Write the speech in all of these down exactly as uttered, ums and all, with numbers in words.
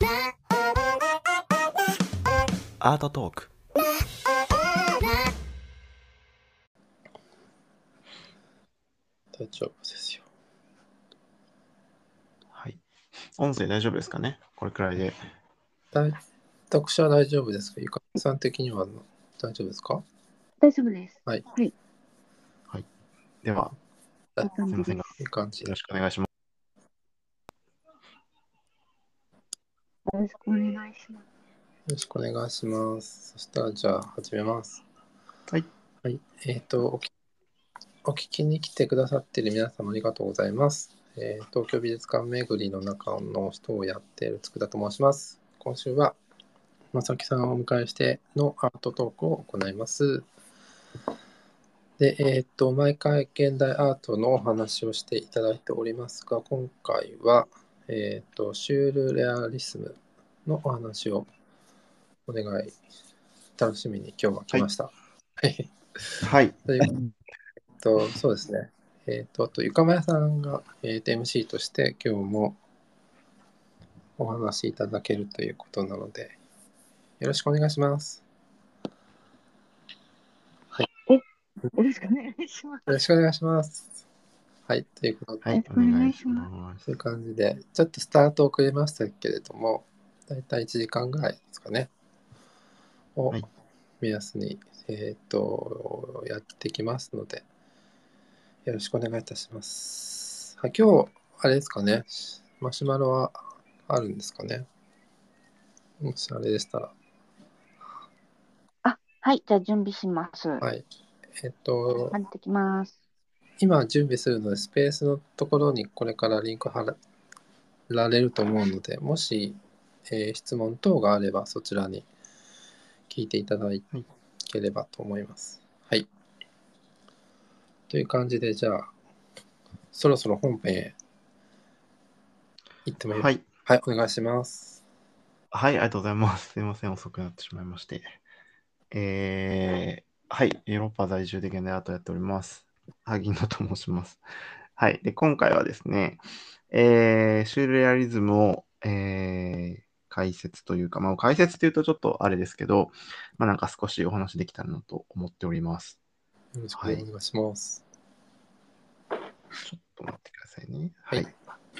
アートトーク。 大丈夫ですよ。 はい。音声大丈夫ですかね、これくらいで。 大私は大丈夫ですか？ゆかさん的には大丈夫ですか？ 大丈夫です。 はい。 はい。 はい。では、 はいいい感すいませんが、 じです。 いい感じで。よよろしくお願いします。 よろしくお願いします。 ろしくお願いします。そしたら、じゃあ、始めます。 はい。 はい。えっ、とおき、お聞きに来てくださっている皆様ありがとうございます。えー東京美術館巡りの中の人をやっている佃と申します。今週は、まさきさんをお迎えしてのアートトークを行います。で、えっ、と、毎回現代アートのお話をしていただいておりますが、今回は、えっ、と、シュールレアリスムのお話をお願い、楽しみに今日は来ました。はい。 はい。 というと、そうですね。えっ、と、あと、ゆかまやさんが、えーと エムシー として今日もお話しいただけるということなので、よろしくお願いします。はい。 え、よろしくお願いします。 よろしくお願いします。はい。ということで、 はい。お願いします。 そういう感じで、ちょっとスタート遅れましたけれども、だいたいいちじかんぐらいですかね、をはい。 目安に、えっ、と、やってきますので、よろしくお願いいたします。はい、今日、あれですかね、マシュマロはあるんですかね。もしあれでしたら。 あ、はい。じゃあ準備します。 はい。えっ、と、 入ってきます。 今準備するので、スペースのところにこれからリンク貼られると思うので、もし、えー質問等があれば、そちらに聞いていただければと思います。はい。という感じで、じゃあ、そろそろ本編へ行ってもいい、 はい。 はい、お願いします。 はい。ありがとうございます。すいません。遅くなってしまいまして。えー、はい。ヨーロッパ在住で現代アートをやっております。萩野と申します。はい。で、今回はですね、えー、シュールレアリズムを、えー、解説というか、まあ、解説というとちょっとあれですけど、まあ、なんか少しお話できたらなと思っております。 よろしくはい。 お願いします。 ちょっと待ってくださいね。 ははいい。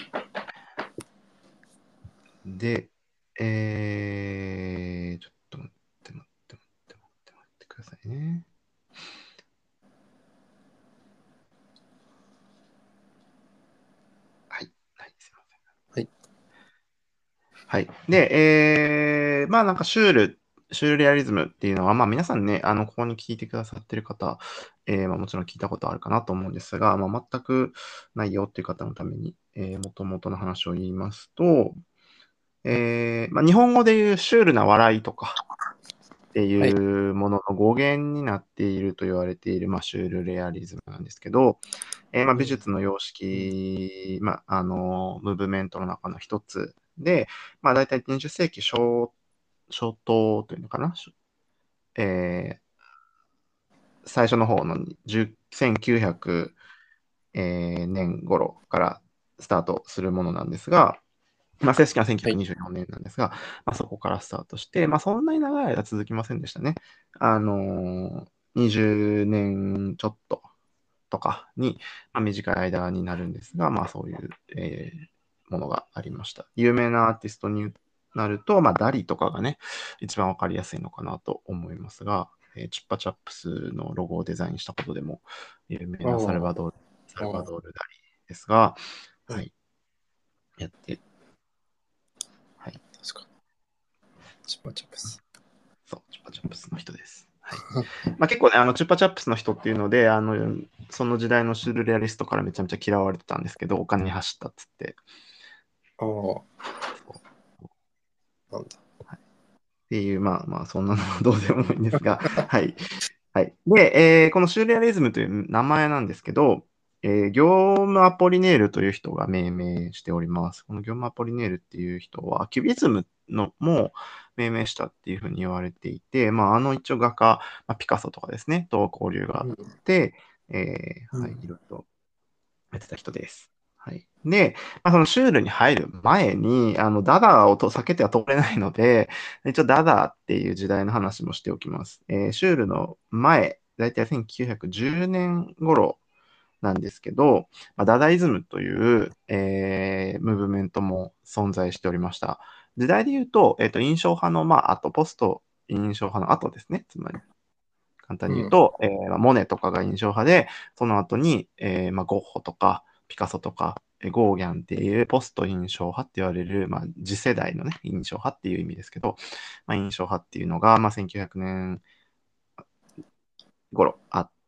で、えー、ちょっと待って待って待って待って待ってくださいね。はい。はい、すいません。 はい。 はい。で、えー、まあなんかシュール、シュールレアリズムっていうのは、まあ皆さんね、あの、ここに聞いてくださってる方、えーまあ、もちろん聞いたことあるかなと思うんですが、まあ、全くないよっていう方のために、えー、元々の話を言いますと、えーまあ、日本語で言うシュールな笑いとかってはい。 いうものの語源になっていると言われている、まあ、シュールレアリズムなんですけど、えーまあ、美術の様式、まあ、あの、ムーブメントの中の一つで、まあ、大体にじゅっ世紀初、初頭というのかな、えー最初の方の10 せんきゅうひゃく年頃からスタートするものなんですが、まあ、正式にははい。 せんきゅうひゃくにじゅうよねんなんですが、まあ、そこからスタートして、まあ、そんなに長い間続きませんでしたね。あのー、にじゅうねんちょっととかに、まあ、短い間になるんですが、まあ、そういう、えーものがありました。有名なアーティストになると、まあ、ダリとかがね、一番わかりやすいのかなと思いますが、えーチュッパチャップスのロゴをデザインしたことでも有名なサルバドール、サルバドール・ダリですが、はい、やって、はい。 確かに。チュッパチャプス。 そう、チュッパチャップスの人です。はい。まあ、結構ね、あの、チュッパチャップスの人っていうので、あの、その時代のシュールレアリストからめちゃめちゃ嫌われてたんですけど、お金に走ったっつって。 ああ、 そうなんだ。 はい、っていう、まあまあ、そんなのはどうでもいいんですが、はい。はい。で、えーこのシュールレアリズムという名前なんですけど、えー業務アポリネールという人が命名しております。この業務アポリネールっていう人は、キュビズムのも命名したっていうふうに言われていて、まあ、あの一応画家、まあ、ピカソとかですね、と交流があって、えーはい、いろいろやってた人です。 はい。で、まあ、そのシュールに入る前に、あの、ダダをと避けては通れないので、一応ダダっていう時代の話もしておきます。えーシュールの前、だいたいせんきゅうひゃくじゅうねん頃なんですけど、まあ、ダダイズムという、えームーブメントも存在しておりました。時代で言うと、えっと、印象派の、まあ、あと、ポスト印象派の後ですね。つまり、簡単に言ううん。 と、えーまあモネとかが印象派で、その後に、えーまあ、ゴッホとか、ピカソとか、えーゴーギャンっていうポスト印象派って言われる、まあ、次世代のね、印象派っていう意味ですけど、まあ、印象派っていうのが、まあ、せんきゅうひゃくねん頃あって、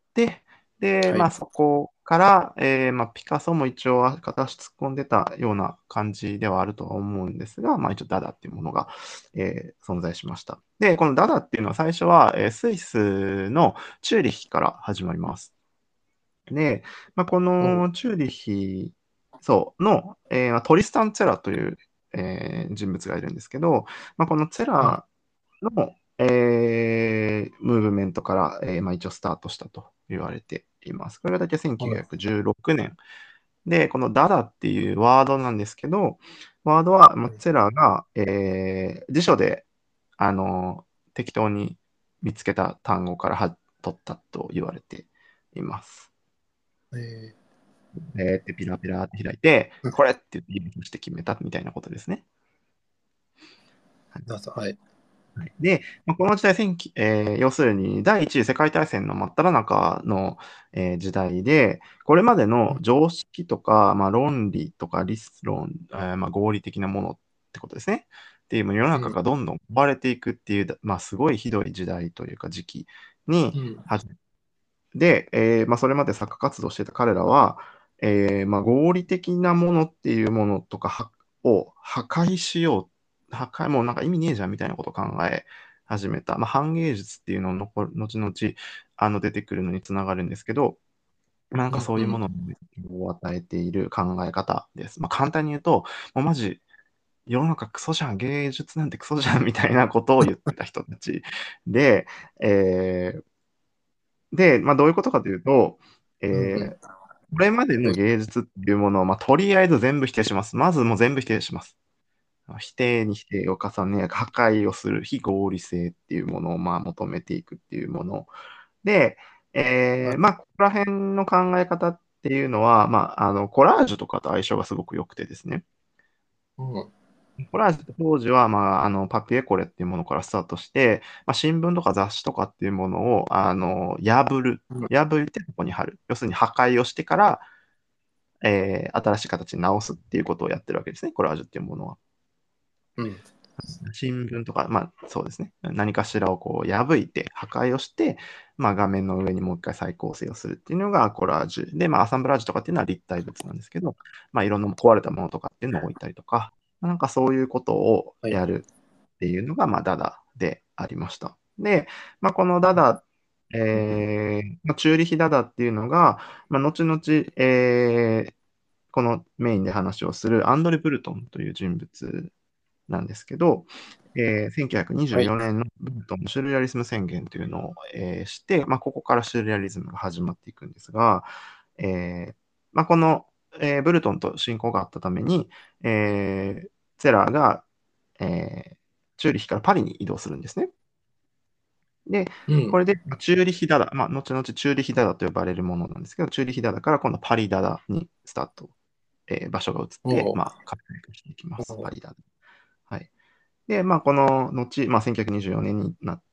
で、まあはい。 そこから、えーまあピカソも一応片足突っ込んでたような感じではあるとは思うんですが、まあ一応ダダっていうものが、えー存在しました。で、このダダっていうのは最初は、えースイスのチューリッヒから始まります。で、まあ、こおう。 のチューリッヒ、そうの、えーまあトリスタン・ツェラという、えー人物がいるんですけど、まあ、このツェうん。 ラの、えームーブメントから、えーまあ、一応スタートしたと言われています。これが大体はい。 せんきゅうひゃくじゅうろくねん。で、このダダっていうワードなんですけど、ワードは、まあ、 うん。 ツェラが、えー辞書で、あの、適当に見つけた単語からは取ったと言われています。 ええーってピラピラって開いて、 ー、 これって言って指として決めたみたいなことですね。 どうぞ。はい。 はい、で、まあ、この時代、戦記えー要するに第一次世界大戦の真っ只中の、えー時代で、これまでのうん。 常識とか、まあ、論理とか理論、えーまあ、合理的なものってことですね。っていう、もう世のうん。 中がどんどん壊れていくっていう、まあ、すごいひどい時代というか時期にうん。 始めで、えーまあ、それまで作家活動してた彼らは、えーまあ、合理的なものっていうものとかはを破壊しよう、破壊もうなんか意味ねえじゃんみたいなことを考え始めた、まあ、反芸術っていうのの後々あの出てくるのにつながるんですけど、まあ、なんうん。うん。 かそういうものを与えている考え方です。まあ、簡単に言うと、もうマジ世の中クソじゃん、芸術なんてクソじゃんみたいなことを言ってた人たちで、えーで、まあ、どういうことかというと、 うん。うん。 えーこれまでの芸術っていうものを、まあ、とりあえず全部否定します。まずもう全部否定します。否定に否定を重ね、破壊をする非合理性っていうものをまあ求めていくっていうもので、えーまあ、ここら辺の考え方っていうのは、まあ、あのコラージュとかと相性がすごく良くてですね。 うん。 コラージュって当時は、まあ、あのパピエコレっていうものからスタートして、まあ、新聞とか雑誌とかっていうものをあの破る。 うん。 破ってここに貼る。要するに破壊をしてから、えー新しい形に直すっていうことをやってるわけですね、コラージュっていうものは。 うん。 新聞とか、まあそうですね。何かしらをこう破いて、破壊をして、まあ画面の上にもう一回再構成をするっていうのがコラージュ。で、まあアサンブラージュとかっていうのは立体物なんですけど、まあいろんな壊れたものとかっていうのを置いたりとか、なんかそういうことをはい。 やるっていうのが、まあダダでありました。で、まあこのダダ、えーまあ、チューリヒダダっていうのが、まあ後々、えーこのメインで話をするアンドレ・ブルトンという人物なんですけど、えー1924 はい。 年のブルトンのシュルレアリスム宣言というのを、えーして、まあ、ここからシュルレアリズムが始まっていくんですが、えーまあ、この、えーブルトンと親交があったために、えーツェラーが、えーチューリヒからパリに移動するんですね。で、 うん。 これで、まあチューリヒダダ、まあ、後々チューリヒダダと呼ばれるものなんですけど、チューリヒダダから今度パリダダにスタート、えー場所が移って、 おう。 まあ、活躍していきます。 おう。 パリダダ。はい。で、まあ、この後、まあ、せんきゅうひゃくにじゅうよねんになって、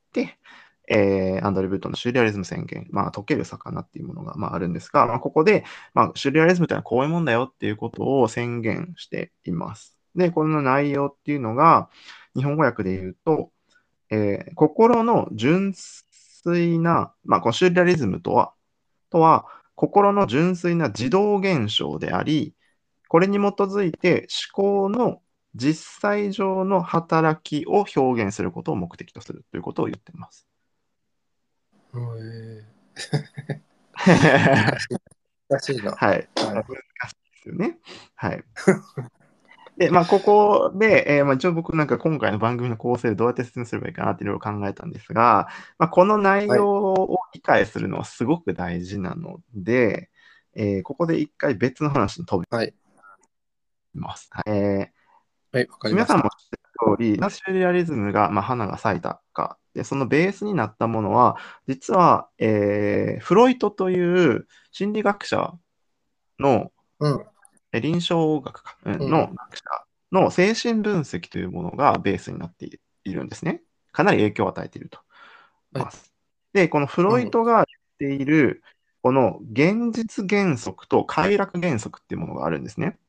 えーアンドレ・ブートンのシュリアリズム宣言、まあ、溶ける魚っていうものが、まあ、あるんですが、まあ、ここで、まあ、シュリアリズムというのはこういうもんだよっていうことを宣言しています。で、この内容っていうのが、日本語訳で言うと、えー心の純粋な、まあ、このシュリアリズムとは、とは、心の純粋な自動現象であり、これに基づいて思考の実際上の働きを表現することを目的とするということを言っています。 えー、難はしい。難しいな。 い。 はい。 難しいですよね。はい。で、まあ、ここで、えーまあ、一応僕なんか今回の番組の構成でどうやって説明すればいいかなっていろいろ考えたんですが、まあ、この内はい。 容を理解するのはすごく大事なので、えーここで一回別の話に飛びはい。 ます。はいえはい、わかー皆さんもりました。 知ってる通り、なぜシューレアリズムが、まあ、花が咲いたか。で、そのベースになったものは、実は、えーフロイトという心理学者の、 うん、 え臨床学かうんうん、 の学者の精神分析というものがベースになっているんですね。かなり影響を与えているとはい、 ます。で、このフうん、 ロイトが言っている、この現実原則と快楽原則っていうものがあるんですね。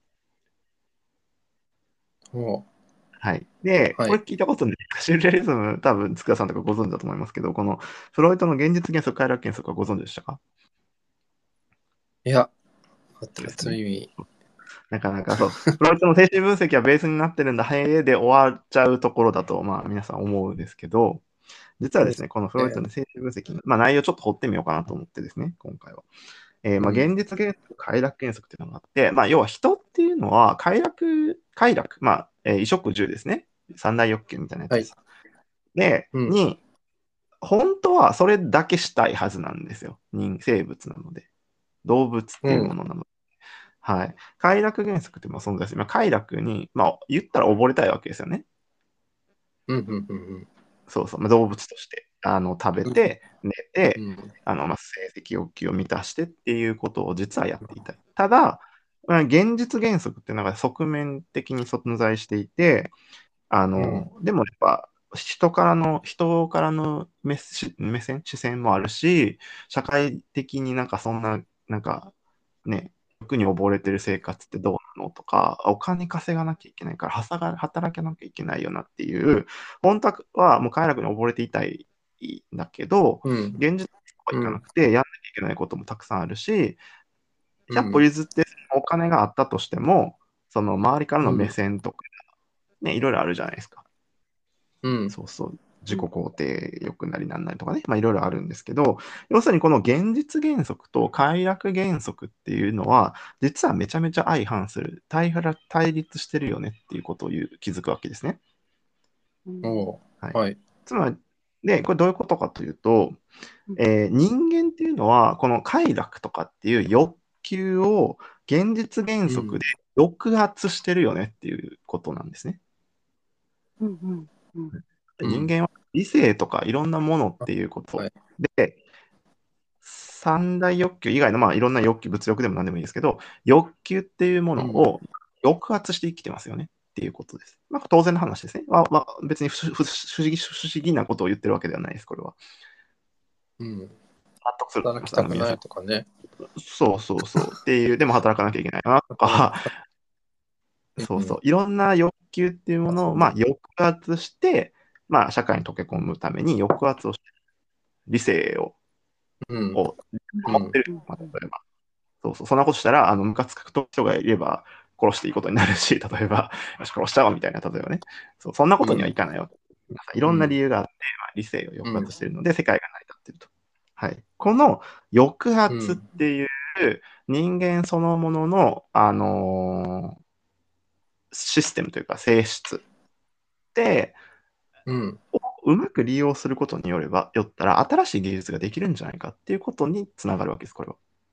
おう、 はい。で、 はい。 これ聞いたことない。シューレアリズム、多分、塚田さんとかご存知だと思いますけど、このフロイトの現実原則、快楽原則はご存知でしたかいや、 ですね。 初耳。 なかなかそう、フロイトの精神分析はベースになってるんだ、へえで終わっちゃうところだと、まあ、皆さん思うんですけど、実はそうですですね、このフロイトね。 の精神分析の、まあ、内容をちょっと掘ってみようかなと思ってですね、今回は。えーまあ、 うん、 現実原則、快楽原則っていうのがあって、まあ、要は人っていうのは快楽、快楽、まあ、えー衣食住ですね。三大欲求みたいなやつはい、 です。で、 うん、 に、本当はそれだけしたいはずなんですよ。人、生物なので。動物っていうもうん、 のなので。はい。快楽原則っていうのは存在する。まあ、快楽に、まあ、言ったら溺れたいわけですよね。 うん、うん、うん、 そうそう。まあ、動物として。あの、食べうん、 て、寝て、 うん、 あの、まあ、成績欲求を満たしてっていうことを実はやっていたい。ただ、まあ、現実原則っていうのが側面的に存在していて、あうん、 の、でもやっぱ、人からの、人からの目し目線、視線もあるし、社会的になんかそんな、なんかね、欲に溺れてる生活ってどうなのとか、お金稼がなきゃいけないから、はさが働かなきゃいけないよなっていう、本当はもう快楽に溺れていたいんだけど、 うん、 現実はいかなくて、やんなきゃいけないこともたくさんあるし、ひゃっ歩うん、 譲ってお金があったとしても、その周りからの目うん、 線とか、ね、いろいろあるじゃないですか。 うん、 そうそう。自己肯定欲なりなんなりとかね、まあいろいろあるんですけど、要するにこの現実原則と快楽原則っていうのは、実はめちゃめちゃ相反する、対対立してるよねっていうことを言う気づくわけですね。 おう、 はい。 はい、 つまり、で、これどういうことかというと、 うんえー人間っていうのは、この快楽とかっていう欲求を現実原うん、 則で抑圧してるよねっていうことなんですね。 うんうんうんうん、 人間は理性とかいろんなものっていうことはい、 で、三大欲求以外の、まあ、いろんな欲求、物欲でも何でもいいですけど、欲求っていうもうん、 のを抑圧して生きてますよねっていうことです。まあ、当然の話ですね。まあまあ、別に不不不思議不思議なことを言ってるわけではないです、これは。 うん。 納得すると思います、あの働きたくな皆さん。 いとかね。 そうそうそう。っていう、でも働かなきゃいけないなとか、 働きたそうそう。 うん、 いろんな欲求っていうものを、まあ、 あそう抑圧して、まあ、社会に溶け込むために抑圧をして、理性をうん、 をうんうん、 持ってる。 うんまあ、例えば。そうそう。そんなことしたら、あの、ムカつく人がいれば殺していいことになるし、例えば、よし、殺しちゃおうみたいな、例えばね。そう、そんなことにはいうん、 かないわけ。皆さんいろんな理うん、 由があって、まあ、理性をうん、 抑圧しているので、世界が成り立っていると。はい。この抑圧っうん、 ていう人間そのものの、あのーシステムというか性質って、 うん。 うまく利用することによれば、よったら新しい技術ができるんじゃないかっていうことにつながるわけです、これは。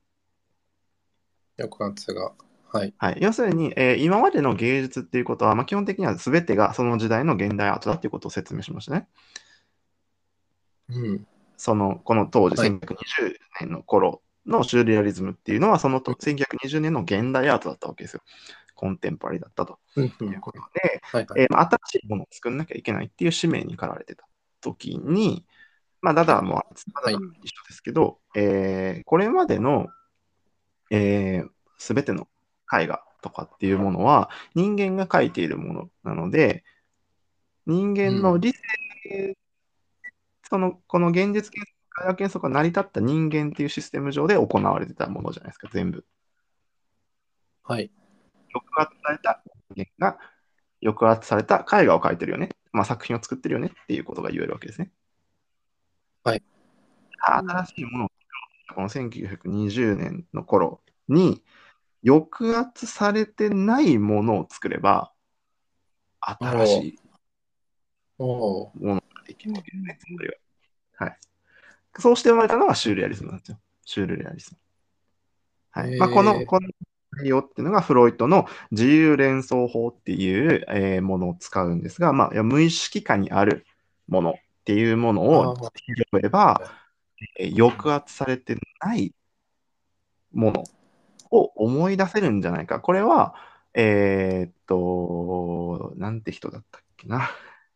抑圧が。はい。 はい。要するに、えー今までの芸術っていうことは、まあ、基本的には全てがその時代の現代アートだっていうことを説明しましたね。 うん。 その、この当時、 はい。 せんきゅうひゃくにじゅうねんの頃のシューレアリズムっていうのは、そのとうん、 せんきゅうひゃくにじゅうねんの現代アートだったわけですよ。コンテンポラリーだったとうん、うん。 いうことで、 はい、はい。 えーまあ、新しいものを作んなきゃいけないっていう使命に駆られてた時に、まあ、ダはい。 ダも、ダダはい。 も一緒ですけど、えーこれまでの、えー、全ての絵画とかっていうものは人間が描いているものなので、人うん。 間の理性、その、この現実原則、科学原則が成り立った人間っていうシステム上で行われてたものじゃないですか、全部。 はい。 抑圧された人間が抑圧された絵画を描いてるよね。まあ、作品を作ってるよねっていうことが言えるわけですね。 はい。 うん新しいものをこのせんきゅうひゃくにじゅうねんの頃に抑圧されてないものを作れば、新しおー、 いおー、 ものができうんるわけですね、つまりは。はい。そうして生まれたのがシューレアリズムなんですよ。シュールレアリズム。はい。まあ、この、 えこの内容っていうのがフロイトの自由連想法っていう、えーものを使うんですが、まあ、無意識下にあるものっていうものをああ、 拾えば、えー抑圧されてないものを思い出せるんじゃないか。これは、えーっと、なんて人だったっけな。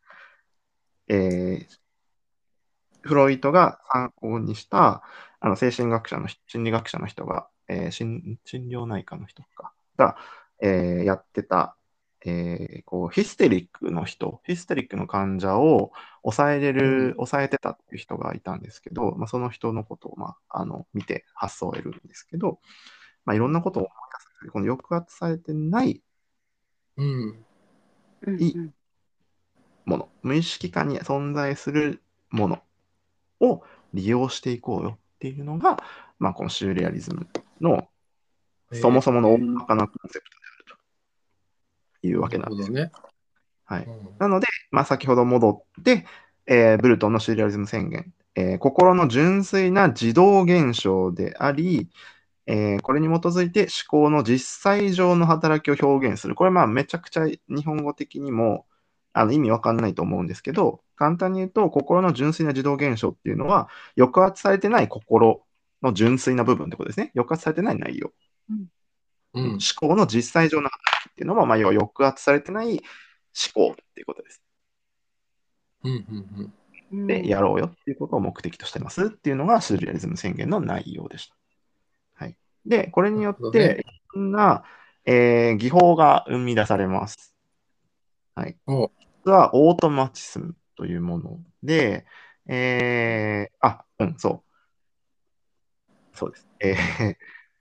えーフロイトが参考にした、あの精神学者の人、心理学者の人が、えー心、心療内科の人かが、えーやってた、えーこうヒステリックの人、ヒステリックの患者を抑えれうん。 る、抑えてたっていう人がいたんですけど、まあ、その人のことを、まあ、あの見て発想を得るんですけど、まあ、いろんなことを思い出す。この抑圧されてないうん。 うんいうんもの、無意識下に存在するものを利用していこうよっていうのが、まあ、このシューレアリズムのそもそもの大まかなコンセプトであるというなわけなんですよ。 るほどね。 はい。 うん。 なので、まあ、先ほど戻って、えーブルトンのシューレアリズム宣言、えー心の純粋な自動現象であり、えーこれに基づいて思考の実際上の働きを表現する。これまあめちゃくちゃ日本語的にもあの意味わかんないと思うんですけど、簡単に言うと心の純粋な自動現象っていうのは抑圧されてない心の純粋な部分ってことですね。抑圧されてない内容。 うんうん。 思考の実際上の働きっていうのも、まあ、要は抑圧されてない思考っていうことです。 うん。うん。 うんで、やろうよっていうことを目的としてますっていうのがシューレアリズム宣言の内容でした。はい。で、これによっなるほどね。 て、いろんな、えー技法が生み出されます。はい。 お、 実はオートマチスムというもので、えー、あ、うん、そう、そうです。えー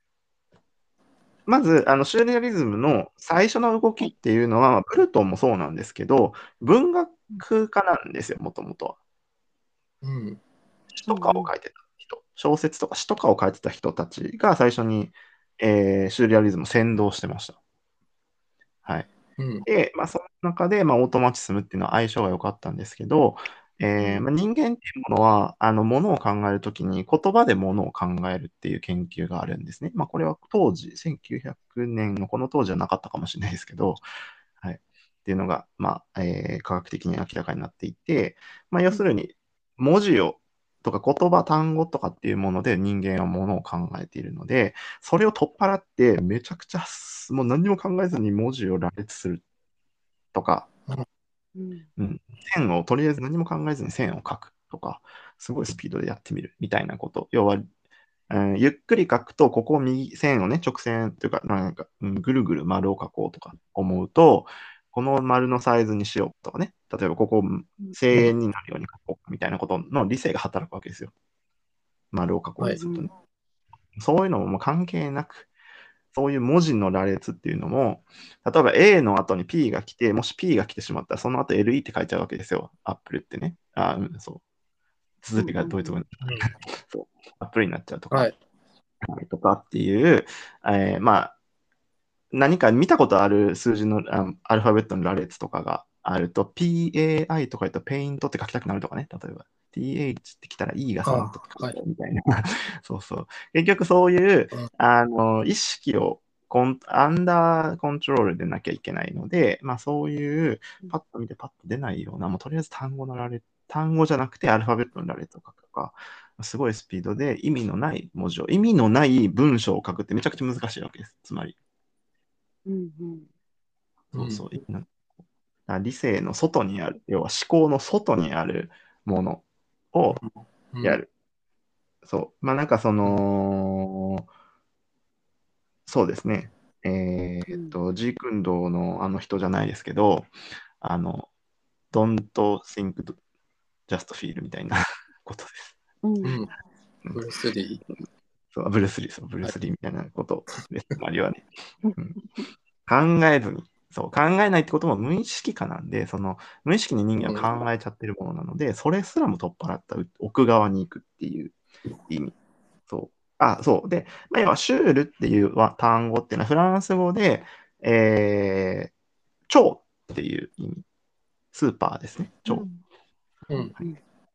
まず、あの、シューレアリズムの最初の動きっはい。 ていうのは、まあブルトンもそうなんですけど、文学家なんですよ、もともとは。 うん。 詩とかうんうんを書いてた人、小説とか詩とかを書いてた人たちが最初に、えーシューレアリズムを先導してました。はい。 うん。 で、まあ、その中で、まあ、オートマチスムっていうのは相性が良かったんですけど、えーまあ、人間っていうものは、あの、ものを考えるときに言葉でものを考えるっていう研究があるんですね。まあ、これは当時、せんきゅうひゃくねんのこの当時はなかったかもしれないですけど、はい。っていうのが、まあ、えー科学的に明らかになっていて、まあ、要するに、文字を、とか言葉、単語とかっていうもので人間はものを考えているので、それを取っ払って、めちゃくちゃ、もう何にも考えずに文字を羅列するとか、 うんうん、線をとりあえず何も考えずに線を書くとか、すごいスピードでやってみるみたいなこと。要は、うん、ゆっくり書くと、ここを右線をね、直線というか、なんか、うん、ぐるぐる丸を書こうとか思うと、この丸のサイズにしようとかね、例えばここを正円になるように書こうみたいなことの理性が働くわけですよ。丸を書こうはい。 とするとね。そういうのももう関係なく、そういう文字の羅列っていうのも、例えば A の後に P が来て、もし P が来てしまったら、その後 エルイー って書いちゃうわけですよ。Apple ってね。あ、うん、そう。綴りがドイツ語に、そう、Apple になっちゃうとか、 はい。 はいとかっていう、えーまあ、何か見たことある数字のあアルファベットの羅列とかがあると、ピーエーアイ とか言うとペイントって書きたくなるとかね、例えば。ティーエイチ って来たら E がその後あ、はい。 みたいな。そうそう。結局そういう、 うん。 あの、意識をコン、アンダーコントロールでなきゃいけないので、まあそういう、パッと見てパッと出ないような、もうとりあえず単語の羅列、単語じゃなくてアルファベットの羅列を書くとか、すごいスピードで意味のない文字を、意味のない文章を書くってめちゃくちゃ難しいわけです。つまり。 うんうんそうそう。意味のあ理性の外にある、要は思考の外にあるものをうん。 やる。そう。まあなんかそうん。 の、そうですね。えーっうんと、ジークンドーのあの人じゃないですけど、あの、don't think, just feel みたいなことです。 うんうん。 うんブルース・リそう、ブルース・リー、そう、ブルー。はい。 ース・リーみたいなことです。つまりはね。うん考えずに、そう、考えないってことも無意識化なんで、その無意識に人間は考えちゃってるものなので、それすらも取っ払った奥側に行くっていう意味。そう。あ、そう。で、まあ、要はシュールっていうわ単語っていうのはフランス語で、えー、超っていう意味。スーパーですね。超。 うんうん。 うん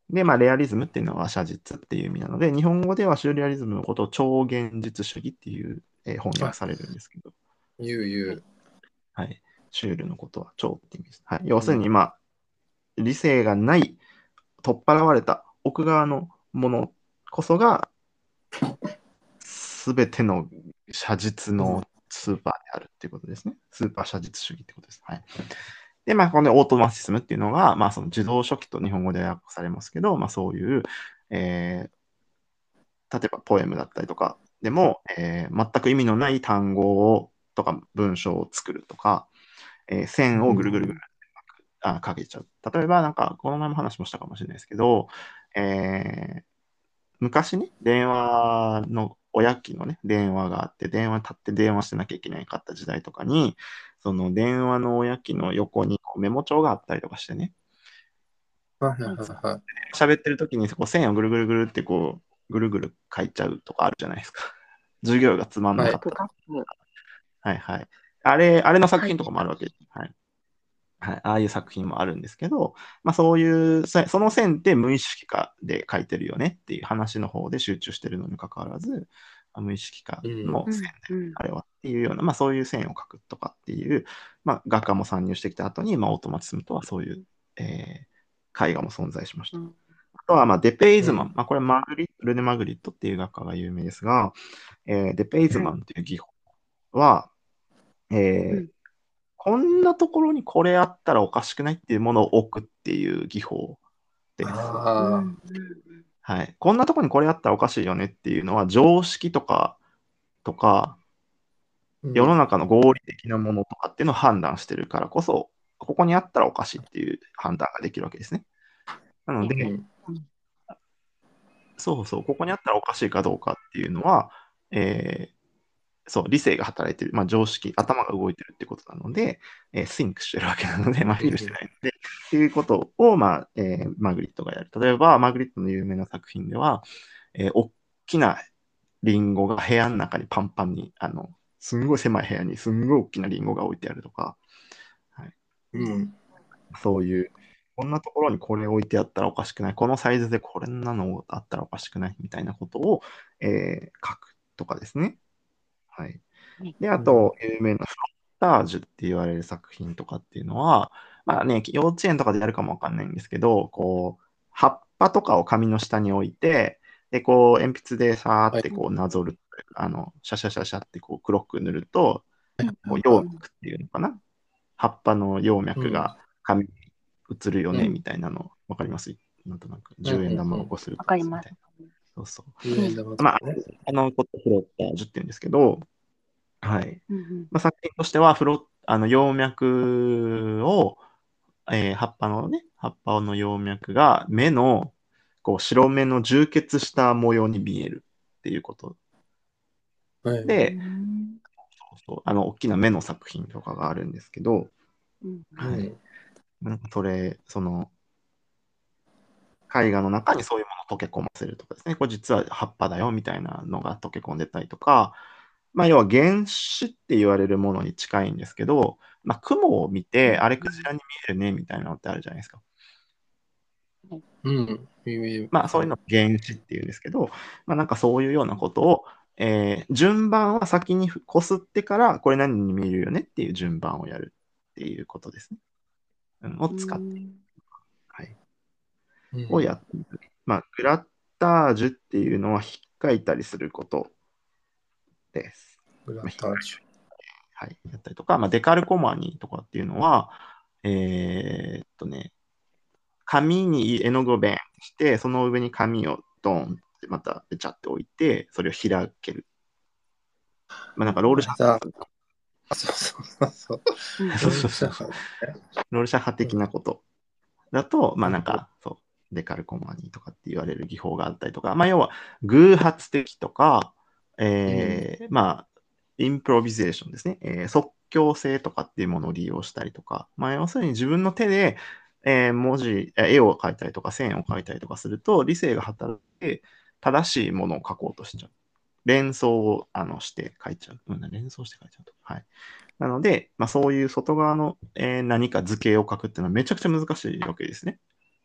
で、まあ、レアリズムっていうのは写実っていう意味なので、日本語ではシューレアリズムのことを超現実主義っていう、えー翻訳されるんですけど、 ゆうゆう。 はい。シュールのことは超って意味です。はい。要するに、まあ、理性がない、取っ払われた奥側のものこそが、すべての写実のスーパーであるっていうことですね。スーパー写実主義ってことです。はい。で、まあ、このオートマティスムっていうのが、まあ、その自動書記と日本語で訳されますけど、まあ、そういう、えー例えばポエムだったりとかでも、えー全く意味のない単語をとか文章を作るとか、えー線をぐるぐるぐるあかけちゃう。例えば、なんか、この前も話もしたかもしれないですけど、えー昔ね、電話の、親機のね、電話があって、電話立って電話してなきゃいけないかった時代とかに、その電話の親機の横にこうメモ帳があったりとかしてね、 はいはいはいはい。 喋ってる時にこう線をぐるぐるぐるってこう、ぐるぐる書いちゃうとかあるじゃないですか。授業がつまんなはい。 かったら。 マグカップ。 はいはい。あれ、あれの作はい。 品とかもあるわけです。はい。はい。ああいう作品もあるんですけど、まあそういう、そその線って無意識化で書いてるよねっていう話の方で集中してるのに関わらず、あ無意識化うん。 の線うん、 で、 うん。 あれはっていうような、まあそういう線を書くとかっていう、まあ画家も参入してきた後に、まあオートマティスムとはそういう、えー、絵画も存在しました。 うん、 あとは、まあ、デペイズマン。 うん。 まあ、これマグリット、ルネ・マグリットっていう画家が有名ですが、えーデペイズはい。 マンっていう技法は、えーうん。 こんなところにこれあったらおかしくないっていうものを置くっていう技法です。 うん。うああ。 ん。 はい。こんなところにこれあったらおかしいよねっていうのは常識とか、とか、世のうん。 中の合理的なものとかっていうのを判断してるからこそ、ここにあったらおかしいっていう判断ができるわけですね。なので、 うん。 うん。 そうそう、ここにあったらおかしいかどうかっていうのは、えーそう、理性が働いてる、まあ、常識、頭が動いてるってことなので、えー、シンクしてるわけなので、マインドしてないので、っていうことを、まあ、えーマグリットがやる。例えば、マグリットの有名な作品では、えー大きなリンゴが部屋の中にパンパンに、あの、すんごい狭い部屋にすんごい大きなリンゴが置いてあるとか、はい、 うん。 そういう、こんなところにこれ置いてあったらおかしくない、このサイズでこれなのあったらおかしくないみたいなことを、えー書くとかですね。はい。 はい。 で、あうん。 と、有名なフロッタージュって言われる作品とかっていうのは、まあね、幼稚園とかでやるかもわかんないんですけど、こう、葉っぱとかを紙の下に置いて、で、こう、鉛筆でさーはい。 ってこうなぞる、あの、シャシャシャシャってこう黒く塗ると、 うん。 こう、 は葉脈っていうのかな、葉っぱの葉い。うん。 脈が紙に映るよね、 うん。 みたいなの、わかります？なんとなく、 うん。 じゅうえん玉うん。 をこうするとわかります。 みたいな。そうそう。 じゅうえん玉とまあ、 かね。 あのことフロッタージュって言うんですけど、はい。 うん。 まあ、作品としては、フロ、あの、葉脈を、えー葉っぱのね、葉っぱの葉脈が目の、こう、白目の充血した模様に見えるっていうことはい。 うで、 ん。 そうあの、大きな目の作品とかがあるんですけど、 うん。 はい。 うん。 なんかそれ、その、絵画の中にそういうものを溶け込ませるとかですね、これ実は葉っぱだよみたいなのが溶け込んでたりとか、まあ、要は原子って言われるものに近いんですけど、まあ、雲を見て、あれクジラに見えるねみたいなのってあるじゃないですか。 はい。 うん。耳、 まあ、そうはい。 いうのを原子っていうんですけど、まあ、なんかそういうようなことを、えー順番は先にこすってから、これ何に見えるよねっていう順番をやるっていうことですね。うん、をう使って、 ん。 はい、をやうん。 っていく。まあ、グラッタージュっていうのは引っかいたりすることです。 グラまあ、引っタージュ。 はい、やったりとか、まあ、デカルコマニーとかっていうのは、えーっとね、紙に絵の具をベンして、その上に紙をドーンってまたべちゃって置いて、それを開ける。まあ、なんかロールシャあれだ。あ、そうそうそううん。 そう。ロールそうそうそうそう。 シャッハね。 ロールシャッハうん。 的なことだと、まあうん。 なんか、そう、デカルコマニーとかって言われる技法があったりとか、まあ要は偶発的とか、えー、まあ、インプロビゼーションですね、えー即興性とかっていうものを利用したりとか、まあ要するに自分の手で、えー文字、えー絵を描いたりとか線を描いたりとかすると、理性が働いて正しいものを描こうとしちゃう。連想をあのして描いちゃう。うん、連想して描いちゃうと。はい。なので、まあ、そういう外側の、えー何か図形を描くっていうのはめちゃくちゃ難しいわけですね。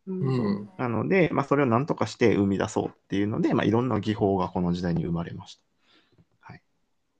うん。 なので、まあ、それを何とかして生み出そうっていうので、まあ、いろんな技法がこの時代に生まれました。はい。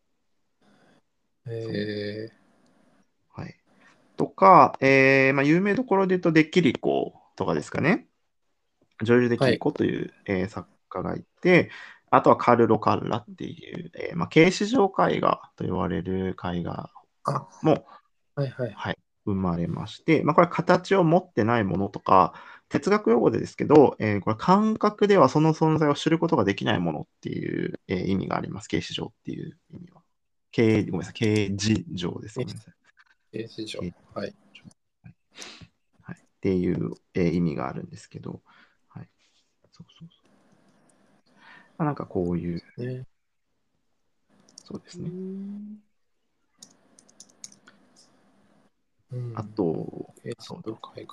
えはい。とか、えーまあ、有名どころで言うと、デッキリコとかですかね。ジョルジュ・デー、はい。 キリコという、えー作家がいて、あとはカルロ・カッラっていう、えーまあ、形式上絵画と言われる絵画あ、 も、 はいはい。 はい、生まれまして、まあ、これは形を持ってないものとか、哲学用語でですけど、えーこれ感覚ではその存在を知ることができないものっていう、えー意味があります。形式上っていう意味は。形、ごめんなさい。形式上です。ごめんなさい。 形式上。 形はい。 はいはい、っていう、えー意味があるんですけど、はい。そうそうそう。まあ、なんかこういう、 ね。 そうですね。 うん。 あと、 形式そうだ。 上絵画。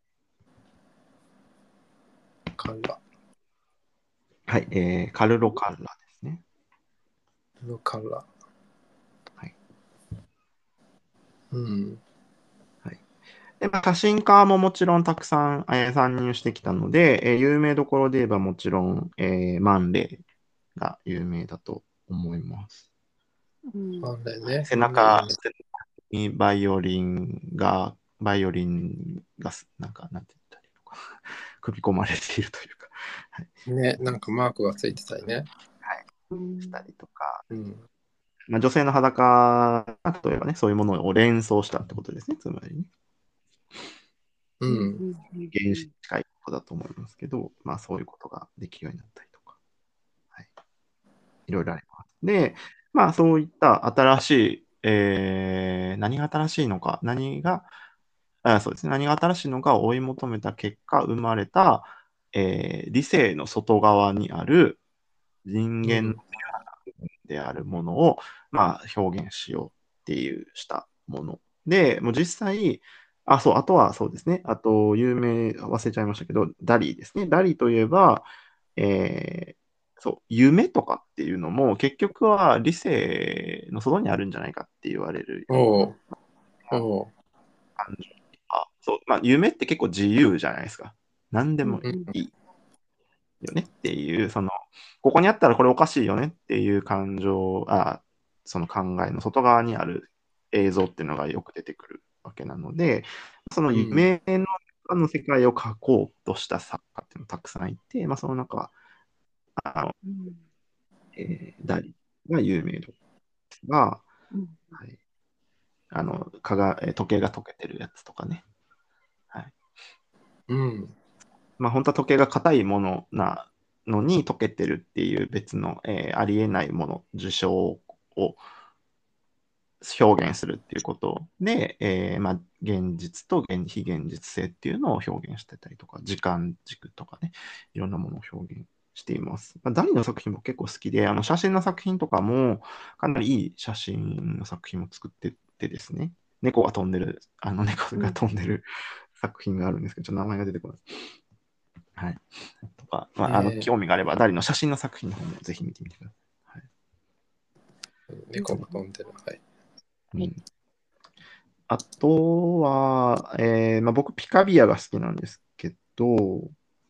カラ。 はい、えーカルロ・カッラですね。 のカラ。 はい。 うん。 はい。で、まあ、写真家ももちろんたくさん、えー参入してきたので、えー有名どころで言えばもちろん、えーマンレイが有名だと思います。 マンレーはい、 ね。 背中マンレー有名。 にバイオリンが、バイオリンがす、なんか、なんて言ったらいいのか、組み込まれているというか、はい。 ね。なんかマークがついてたりね。 はい。したりとか、 うん。 まあ、女性の裸、例えばね、そういうものを連想したってことですね、つまりね。 うん。 原子に近いことだと思いますけど、まあそういうことができるようになったりとか、はい、いろいろあります。で、まあそういった新しい、えー、何が新しいのか、何が、あ、そうですね、何が新しいのかを追い求めた結果、生まれた、えー理性の外側にある人間のうん。 であるものを、まあ、表現しようっていうしたもの。で、もう実際、あ、そう、あとはそうですね。あと、有名、忘れちゃいましたけど、ダリーですね。ダリーといえば、えーそう、夢とかっていうのも結局は理性の外にあるんじゃないかって言われるようなおう。おう。 感情あ、そう、まあ、夢って結構自由じゃないですか。何でもうん。 いいよねっていう、その、ここにあったらこれおかしいよねっていう感情、あ、その考えの外側にある映像っていうのがよく出てくるわけなので、そのうん。 夢の中の世界を描こうとした作家っていうのたくさんいて、まあ、その中、あの、えーダリが有名ですが、はい、あの、かが、えー時計が溶けてるやつとかね。はい。 うん。 まあ、本当は時計が硬いものなのに溶けてるっていう別の、えーありえないもの、事象を表現するっていうことで、えーまあ、現実と現非現実性っていうのを表現してたりとか、時間軸とかね、いろんなものを表現しています。まあ、ダリの作品も結構好きで、あの写真の作品とかもかなりいい写真の作品を作っててですね、猫が飛んでる、あの猫が飛んでる作品があるんですけど、ちょっと名前が出てこない。はい。とか、まあ、あの、 え興味があれば、ダリの写真の作品の方もぜひ見てみてください。はい。 ー、猫が飛んでる。はい。 うん、あとは、えーまあ、僕、ピカビアが好きなんですけど、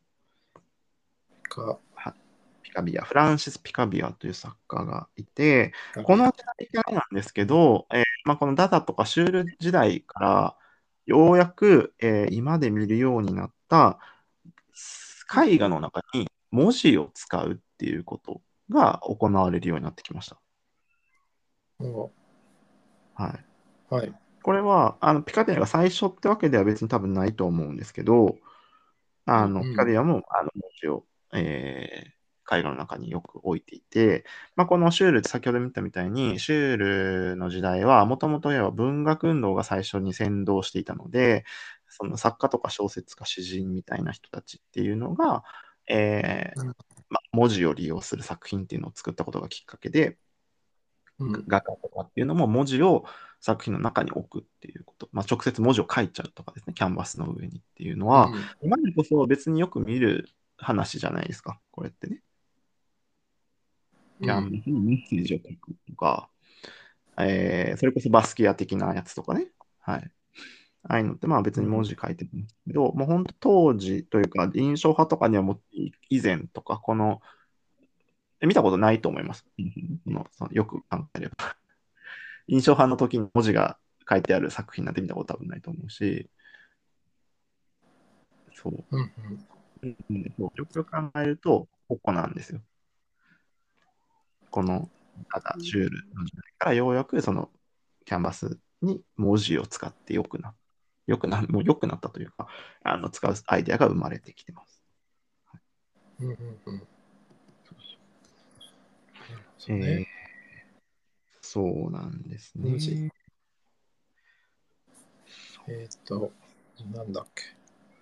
か、 はピカビア、フランシス・ピカビアという作家がいて、 ガビア。 この時代からなんですけど、えーまあ、このダダとかシュール時代から、ようやく、えー今で見るようになった絵画の中に文字を使うっていうことが行われるようになってきました。 おはい。 はい。 これは、あの、ピカデリアが最初ってわけでは別に多分ないと思うんですけど、あの、ピカうん。 デリアも、あの、文字を、えー絵画の中によく置いていて、まあ、このシュールって先ほど見たみたいに、シュールの時代は、もともとは文学運動が最初に先導していたので、その作家とか小説家、詩人みたいな人たちっていうのが、えーうん。 まあ、文字を利用する作品っていうのを作ったことがきっかけで、 うん。 画家とかっていうのも文字を作品の中に置くっていうこと、まあ、直接文字を書いちゃうとかですね、キャンバスの上にっていうのは、 うん。 今でこそ別によく見る話じゃないですか、これってね。キャンバスにメッセージを書くとか、えーそれこそバスキア的なやつとかね。はい。 ああいうのってまあ別に文字書いてるんですけど、もう本当当時というか、印象派とかにはもう以前とか、この、見たことないと思います。うんのそのよく考えれば。印象派の時に文字が書いてある作品なんて見たこと多分ないと思うし、そう。 うんうん。 うんうんそうよくよく考えると、ここなんですよ。この、ただシュールの時代からようやくそのキャンバスに文字を使ってよくな、よくな、もう良くなったというか、あの使うアイデアが生まれてきてます。 うんうんうん。なるほどえーね。 そうなんです文字。 ね。 えっと、なんだっけ。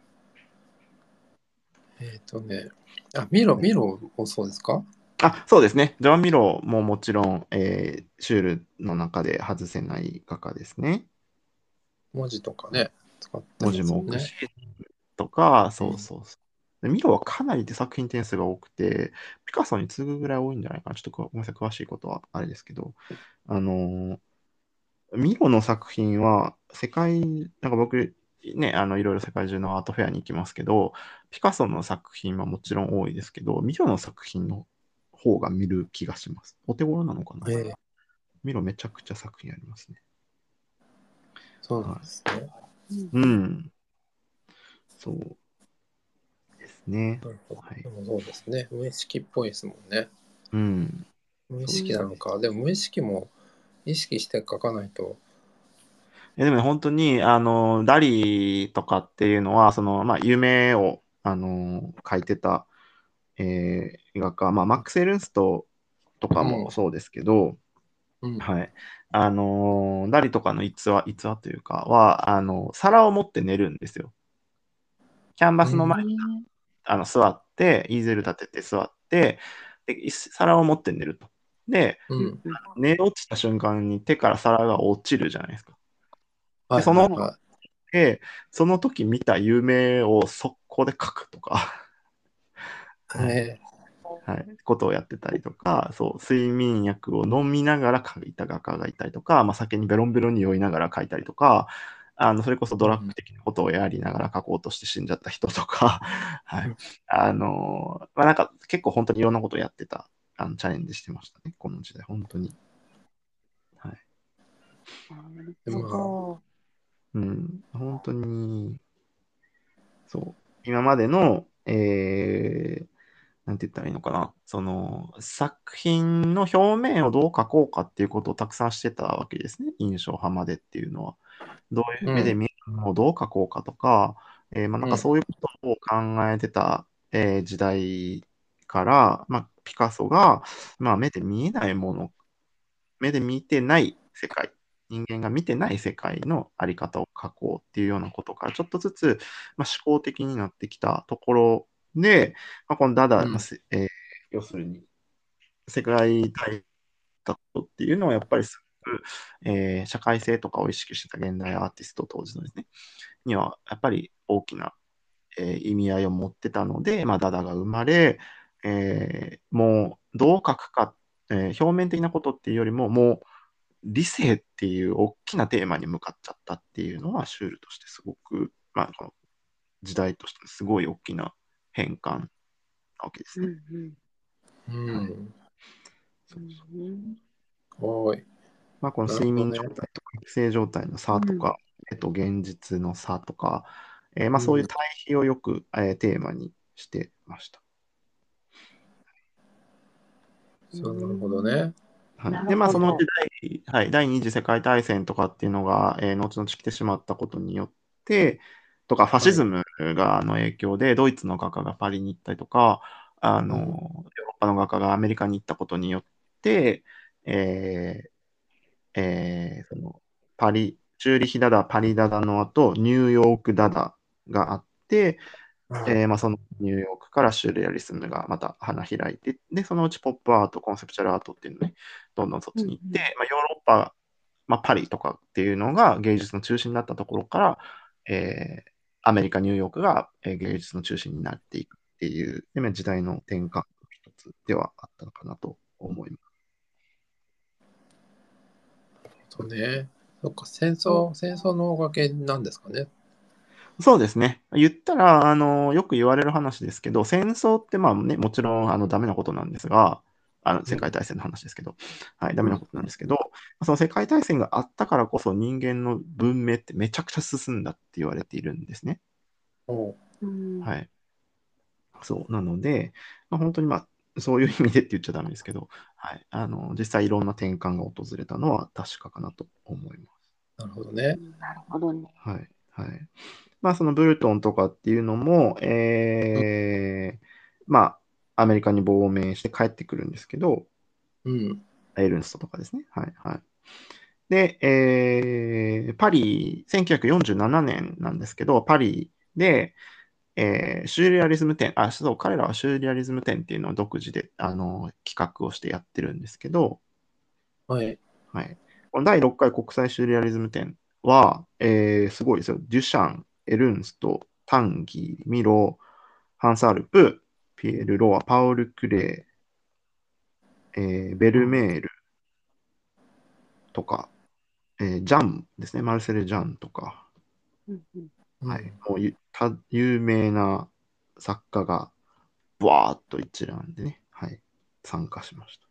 えっとね、あ、ミロ、ミロもそうですか？ あ、そうですね。ジョアン・ミロももちろん、えーシュールの中で外せない画家ですね。 文字とかね、使って文字ますよね。 も置くし、とか、 うんそうそうそう。でミロはかなり手作品点数が多くて、ピカソに次ぐぐらい多いんじゃないかな。ちょっとごめんなさい、詳しいことはあれですけど、あのーミロの作品は世界、なんか僕、ね、あの、いろいろ世界中のアートフェアに行きますけど、ピカソの作品はもちろん多いですけど、ミロの作品の方が見る気がします。お手頃なのかな。 ええ、 ミロめちゃくちゃ作品ありますね。 そうなんはですね。 い。うん。そうですね。 なるほど。 はい。 でもそうですね。無意識っぽいですもんね。 うん。 無意そうです。 識なのか。でも無意識も意識して書かないと。 えでもね本当に、あの、ダリとかっていうのは、その、まあ、夢を、あの、書いてた、えー、画家、まあ、マックス・エルンストとかうん。 もそうですけど、 うん。 はい。あのーダリとかの逸話、逸話というかは、あの、皿を持って寝るんですよ。キャンバスの前にえあの座って、イーゼル立てて座って、で、い皿を持って寝ると。で、 うん。 寝落ちた瞬間に手から皿が落ちるじゃないですか。で、 はいその、 はいはで、その時見た夢を速攻で書くとか、 い。 はい。 えはい、ことをやってたりとか、そう、睡眠薬を飲みながら書いた画家がいたりとか、まあ、酒にベロンベロンに酔いながら書いたりとか、あの、それこそえ。 ドラッうん。 グ的なことをやりながら書こうとして死んじゃった人とか、はい。あの、まあ、なんか結構本当にいろんなことをやってた、あの、チャレンジしてましたね、この時代、本当に。はい。 ー、なるほでまあ、 ど。 うん、本当に、そう、今までの、えー、なんて言ったらいいのかな。その、作品の表面をどう描こうかっていうことをたくさんしてたわけですね。印象派までっていうのは。どういう目でうん。 見るのをどう描こうかとか、えーまあ、なんうん。 かそういうことを考えてた、えー時代から、まあ、ピカソが、まあ、目で見えないもの、目で見てない世界、人間が見てない世界のあり方を描こうっていうようなことから、ちょっとずつ、まあ、思考的になってきたところで、まあ、このダダ、まあうん。 せえー要するに世界大学っていうのはやっぱりすごく、えー社会性とかを意識してた現代アーティスト当時のですね、にはやっぱり大きな、えー意味合いを持ってたので、まあ、ダダが生まれ、えーもうどう書くか、えー表面的なことっていうよりも、もう理性っていう大きなテーマに向かっちゃったっていうのは、シュールとしてすごく、まあ、この時代としてすごい大きな変換なわけですうんね。 うんうはい。 ん。 そうそう。 うんおい。 まあ、このなる睡眠状ほどね。 態とか育成状態のうん差とか、えっと、現実の差とか、えーまあ、そういううん。 対比をよく、えーテーマにしてました。 うそう、なるほどん。 ね。 はい。 なるで、まあ、そのほど。 時代、はい、第二次世界大戦とかっていうのが、えー後々来てしまったことによって、とか、ファシはい。 ズムがの影響で、ドイツの画家がパリに行ったりとか、あの、 うん。 ヨーロッパの画家がアメリカに行ったことによって、えーえーそのパリ、チューリヒダダ、パリダダの後、ニューヨークダダがあって、えーまあ、そのニューヨークからシューレアリスムがまた花開いて、で、そのうちポップアート、コンセプチュアルアートっていうのね、どんどんそっうんちに行って、まあ、ヨーロッパ、まあ、パリとかっていうのが芸術の中心になったところから、えーアメリカ、ニューヨークが、えー芸術の中心になっていくっていう、でまあ時代の転換の一つではあったのかなと思います。 そうね。 そっか、戦争、戦争のおかげなんですかね。 そうですね。言ったら、あの、よく言われる話ですけど、戦争ってまあね、もちろんあのダメなことなんですが、あの世界大戦の話ですけど、はい、ダメなことなんですけど、その世界大戦があったからこそ人間の文明ってめちゃくちゃ進んだって言われているんですね。 おううん。 はい。そう。なので、まあ、本当にまあ、そういう意味でって言っちゃダメですけど、はい。あの、実際いろんな転換が訪れたのは確かかなと思います。 なるほどね。 なるほどね。 はい。はい。まあ、そのブルトンとかっていうのも、えー、まあ、アメリカに亡命して帰ってくるんですけど、 うん。 エルンストとかですね。はい。はい。で、えー、パリ、せんきゅうひゃくよんじゅうななねんなんですけど、パリで、えーシューレアリズム展、あ、そう、彼らはシューレアリズム展っていうのを独自で、あの、企画をしてやってるんですけど、 はい。 はい。このだいろっかい国際シューレアリズム展は、えーすごいですよ。デュシャン、エルンスト、タンギー、ミロ、ハンサールプ、ピエール・ロア、パウル・クレー、えーベルメールとか、えージャンですね、マルセル・ジャンとか、 うんうん。 うんはい、もうゆた有名な作家がバーっと一覧でね、はい、参加しました。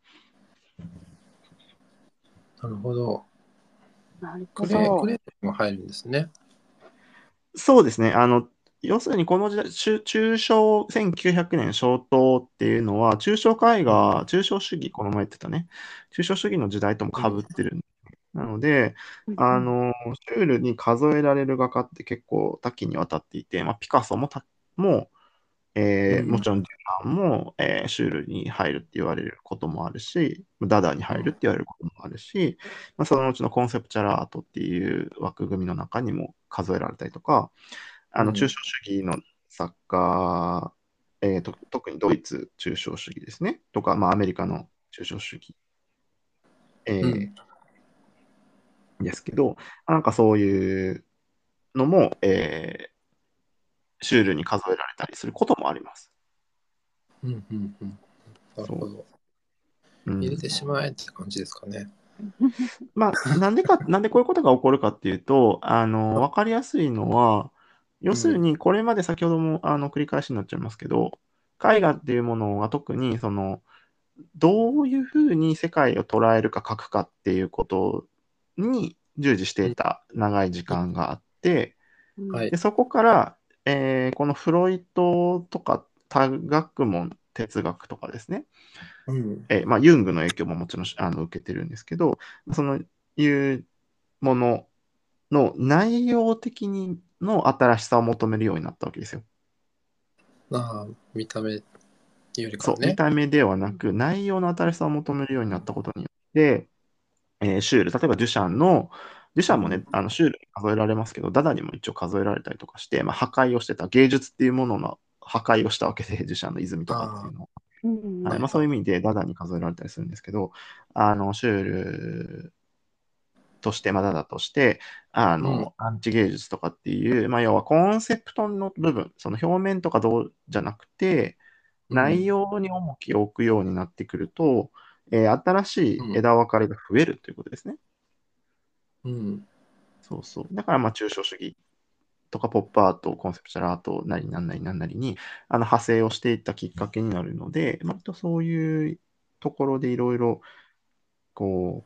なるほど。 なるほクレー、クど。 レーも入るんですね。 そうですね。あの、要するにこの時代、中中小、せんきゅうひゃくねん消灯っていうのは、抽象絵画、抽象主義、この前言ってたね、抽象主義の時代とも被ってる。なので、 うんうん。 あの、シュールに数えられる画家って結構多岐にわたっていて、まあ、ピカソもたも、えーうんもちろんデュランも、えーシュールに入るって言われることもあるし、ダダに入るって言われることもあるし、まあ、そのうちのコンセプチャルアートっていう枠組みの中にも数えられたりとか、あの、 うん抽象主義の作家、えーと、特にドイツ抽象主義ですね、とか、まあ、アメリカの抽象主義、えうん。 ーですけど、なんかそういうのも、えーシュールに数えられたりすることもあります。 うんうんうん。なるそほど。 う。うん。 入れてしまえって感じですかね。 まあ、なんでか、なんでこういうことが起こるかっていうと、あの、わかりやすいのは、要するに、これまで先ほども、あの、繰り返しになっちゃいますけど、絵画っていうものが特に、その、どういうふうに世界を捉えるか描くかっていうことに従事してうん。 いた長い時間があって、 うんはい。 で、そこから、えーこのフロイトとか多学問、哲学とかですね、 うん。 えーまあ、ユングの影響ももちろんあの受けてるんですけど、そのいうものの内容的にの新しさを求めるようになったわけですよ。 ああ、見た目よりかそう、見はね。 た目ではなく、内容の新しさを求めるようになったことによって、えーシュール、例えばデュシャンの、デュシャンもね、あのシュールに数えられますけど、ダダにも一応数えられたりとかして、まあ、破壊をしてた、芸術っていうものの破壊をしたわけで、デュシャンの泉とかっていうあのを。 うんはいまあ、 はいはい。 そういう意味でダダに数えられたりするんですけど、あのシュールとして、まあ、ダダとして、あうん。 のアンチ芸術とかっていう、まあ、要はコンセプトの部分、その表面とかどうじゃなくて、内うん。 容に重きを置くようになってくると、えー新しいうん。 枝分かれが増えるということですね。 うん。 そうそう。だから、まあ、抽象主義とか、ポップアート、コンセプチャルアートなりなんなりなんなりに、あの派生をしていったきっかけになるので、割とそういうところでいろいろ、こ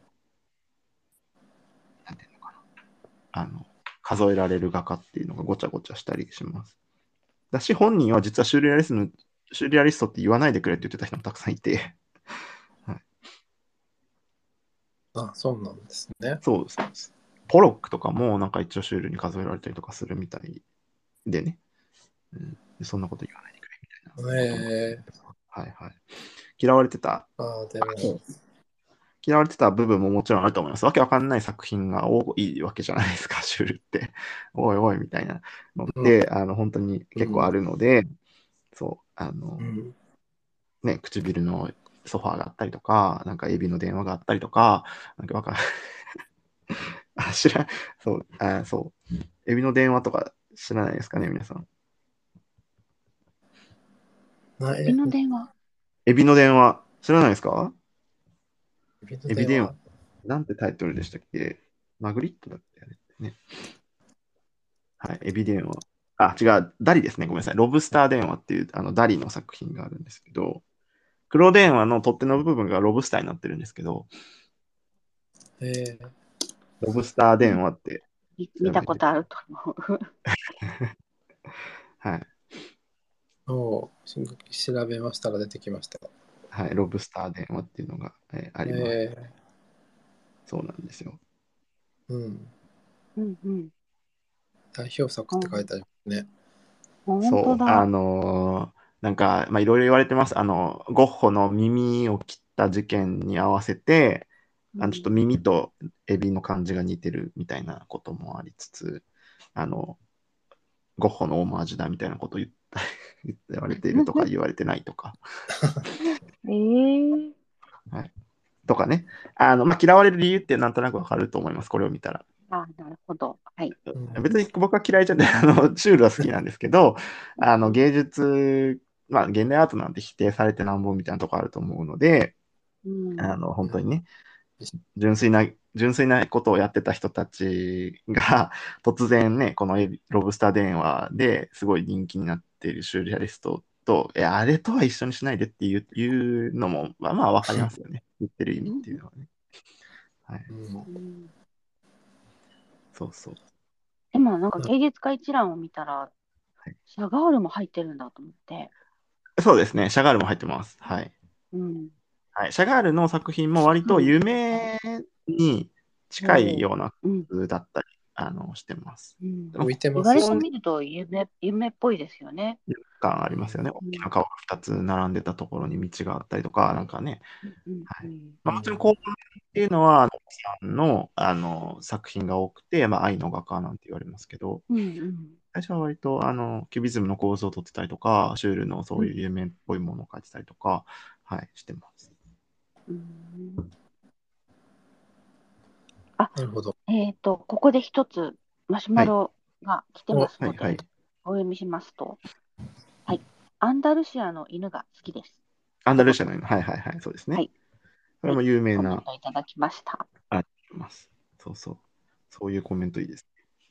う、なんていうのかな、あの、数えられる画家っていうのがごちゃごちゃしたりします。だし、本人は実はシューレアリスム、シューレアリストって言わないでくれって言ってた人もたくさんいて、はい、 あ、そうなんですね。 そうです。ポロックとかもなんか一応シュールに数えられたりとかするみたいでね、うん、そんなこと言わないでくれみたいなことも。 ええはいはい。嫌われてた、 ああ、でも、 嫌われてた部分ももちろんあると思います。わけわかんない作品が多いわけじゃないですか、シュールって。おいおいみたいなのっうん。 て、あの本当に結構あるので、そう、あの、 うん。 ね、唇のソファーがあったりとか、なんかエビの電話があったりとか、なんかわかんあ、知らん、そう、あ、そう、エビの電話とか知らないですかね、皆さん。 な、 指え、 の電話。 エビの電話、知らないですか？ 指のエビ電話、 電話。 なんてタイトルでしたっけ？ マグリットだったよね。はい、エビ電話。あ、違う、ダリですね。ごめんなさい。ロブスター電話っていうあのダリの作品があるんですけど、黒電話の取っ手の部分がロブスターになってるんですけど、 えー、 ロブスター電話って見見たことあると思う。 はい。 を調べましたら出てきました。 はい、ロブスター電話っていうのが、えーあります。 えそうなんですよ。 ー、うん。 うんうん。 代表作って書いてありますね。 そう、 本当だ。 あのーなんか、まあ、いろいろ言われてます。あの、ゴッホの耳を切った事件に合わせて、あのちょっと耳とエビの感じが似てるみたいなこともありつつ、あの、ゴッホのオマージュだみたいなことを言った言われているとか言われてないとか、 えー、 はい、とかね。あの、まあ、嫌われる理由ってなんとなくわかると思います。これを見たら。 あ、なるほど。はい。 うん別に僕は嫌いじゃない、あの、シュールは好きなんですけど、あの、芸術、まあ、現代アートなんて否定されてなんぼみたいなところあると思うので、 うんあの、本当にね、純粋な、純粋なことをやってた人たちが、突然ね、このエビロブスター電話ですごい人気になっているシュールアリストと、え、あれとは一緒にしないでっていう、いうのも、まあまあわかりますよね。言ってる意味っていうのはね。はい。 うんうんそうそう。 でもなんか芸術家一覧を見たら、 はい、 シャガールも入ってるんだと思って。 そうですね。シャガールも入ってます。はい。 うん。 はい、シャガールの作品も割とはい。 夢に近いようなうん。 風だったりあのしてます。 うん。 でも浮いてますし言われて本みると夢、夢っぽいですよね。 当に感ありますよね。大きな川がふたつ並んでたところに道があったりとか、なんかね。 うんうんはい。 うんまあ、もちろん、こうっていうのは、あのさんの、あの作品が多くて、まあ、愛の画家なんて言われますけど、 うんうん最初は割とあのキュビズムの構造を取ってたりとか、シュールのそういう夢っぽいものを描いてたりとか、はい、してます。 うんあ、 なるほど。 えっと、ここで一つマシュはい、 マロが来てお、 ますので、 はい、はい。 お読みしますと、はい。アンダルシアの犬が好きです。 アンダ一言。 ルシアの犬、はい、はい、はい、そうですね。 はい。はい。 これも有名コメンな、 トいただきました。 あります。そうそう。そういうコメントいいです。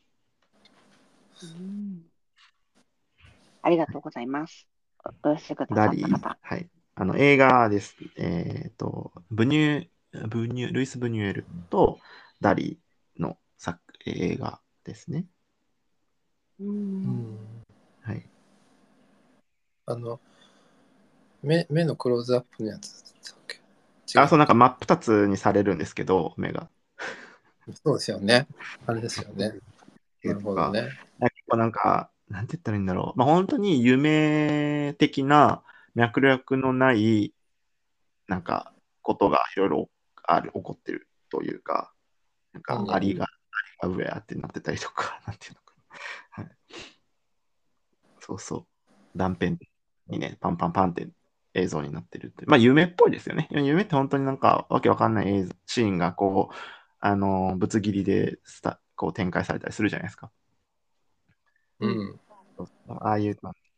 うんありがとうございます。お寄せくだダリー、 さった方。 はい。あの、映画です。えっと、ブニュー、ブニュー、ルイス・ブニュエルとダリーの作、映画ですね。 ううんん。 はい。 あの、目、目のクローズアップのやつだっけ？違あ、そう、なんかうか。 真っ二つにされるんですけど、目が。 そうですよね。あれですよね。なるとか、 ほどね。 なんか、なんかなんて言ったらいいんだろう。まあ、本当に夢的な脈絡のない、なんか、ことがいろいろある、起こってるというか、なんか、あうん。 りが、ありが上ってなってたりとか、なんていうのかな。はい、そうそう。断片にね、パンパンパンって映像になってるって。まあ、夢っぽいですよね。夢って本当になんか、わけわかんない映像シーンが、こう、あの、ぶつ切りでスタ、こう展開されたりするじゃないですか。 うん。 そうそうああいう感じ。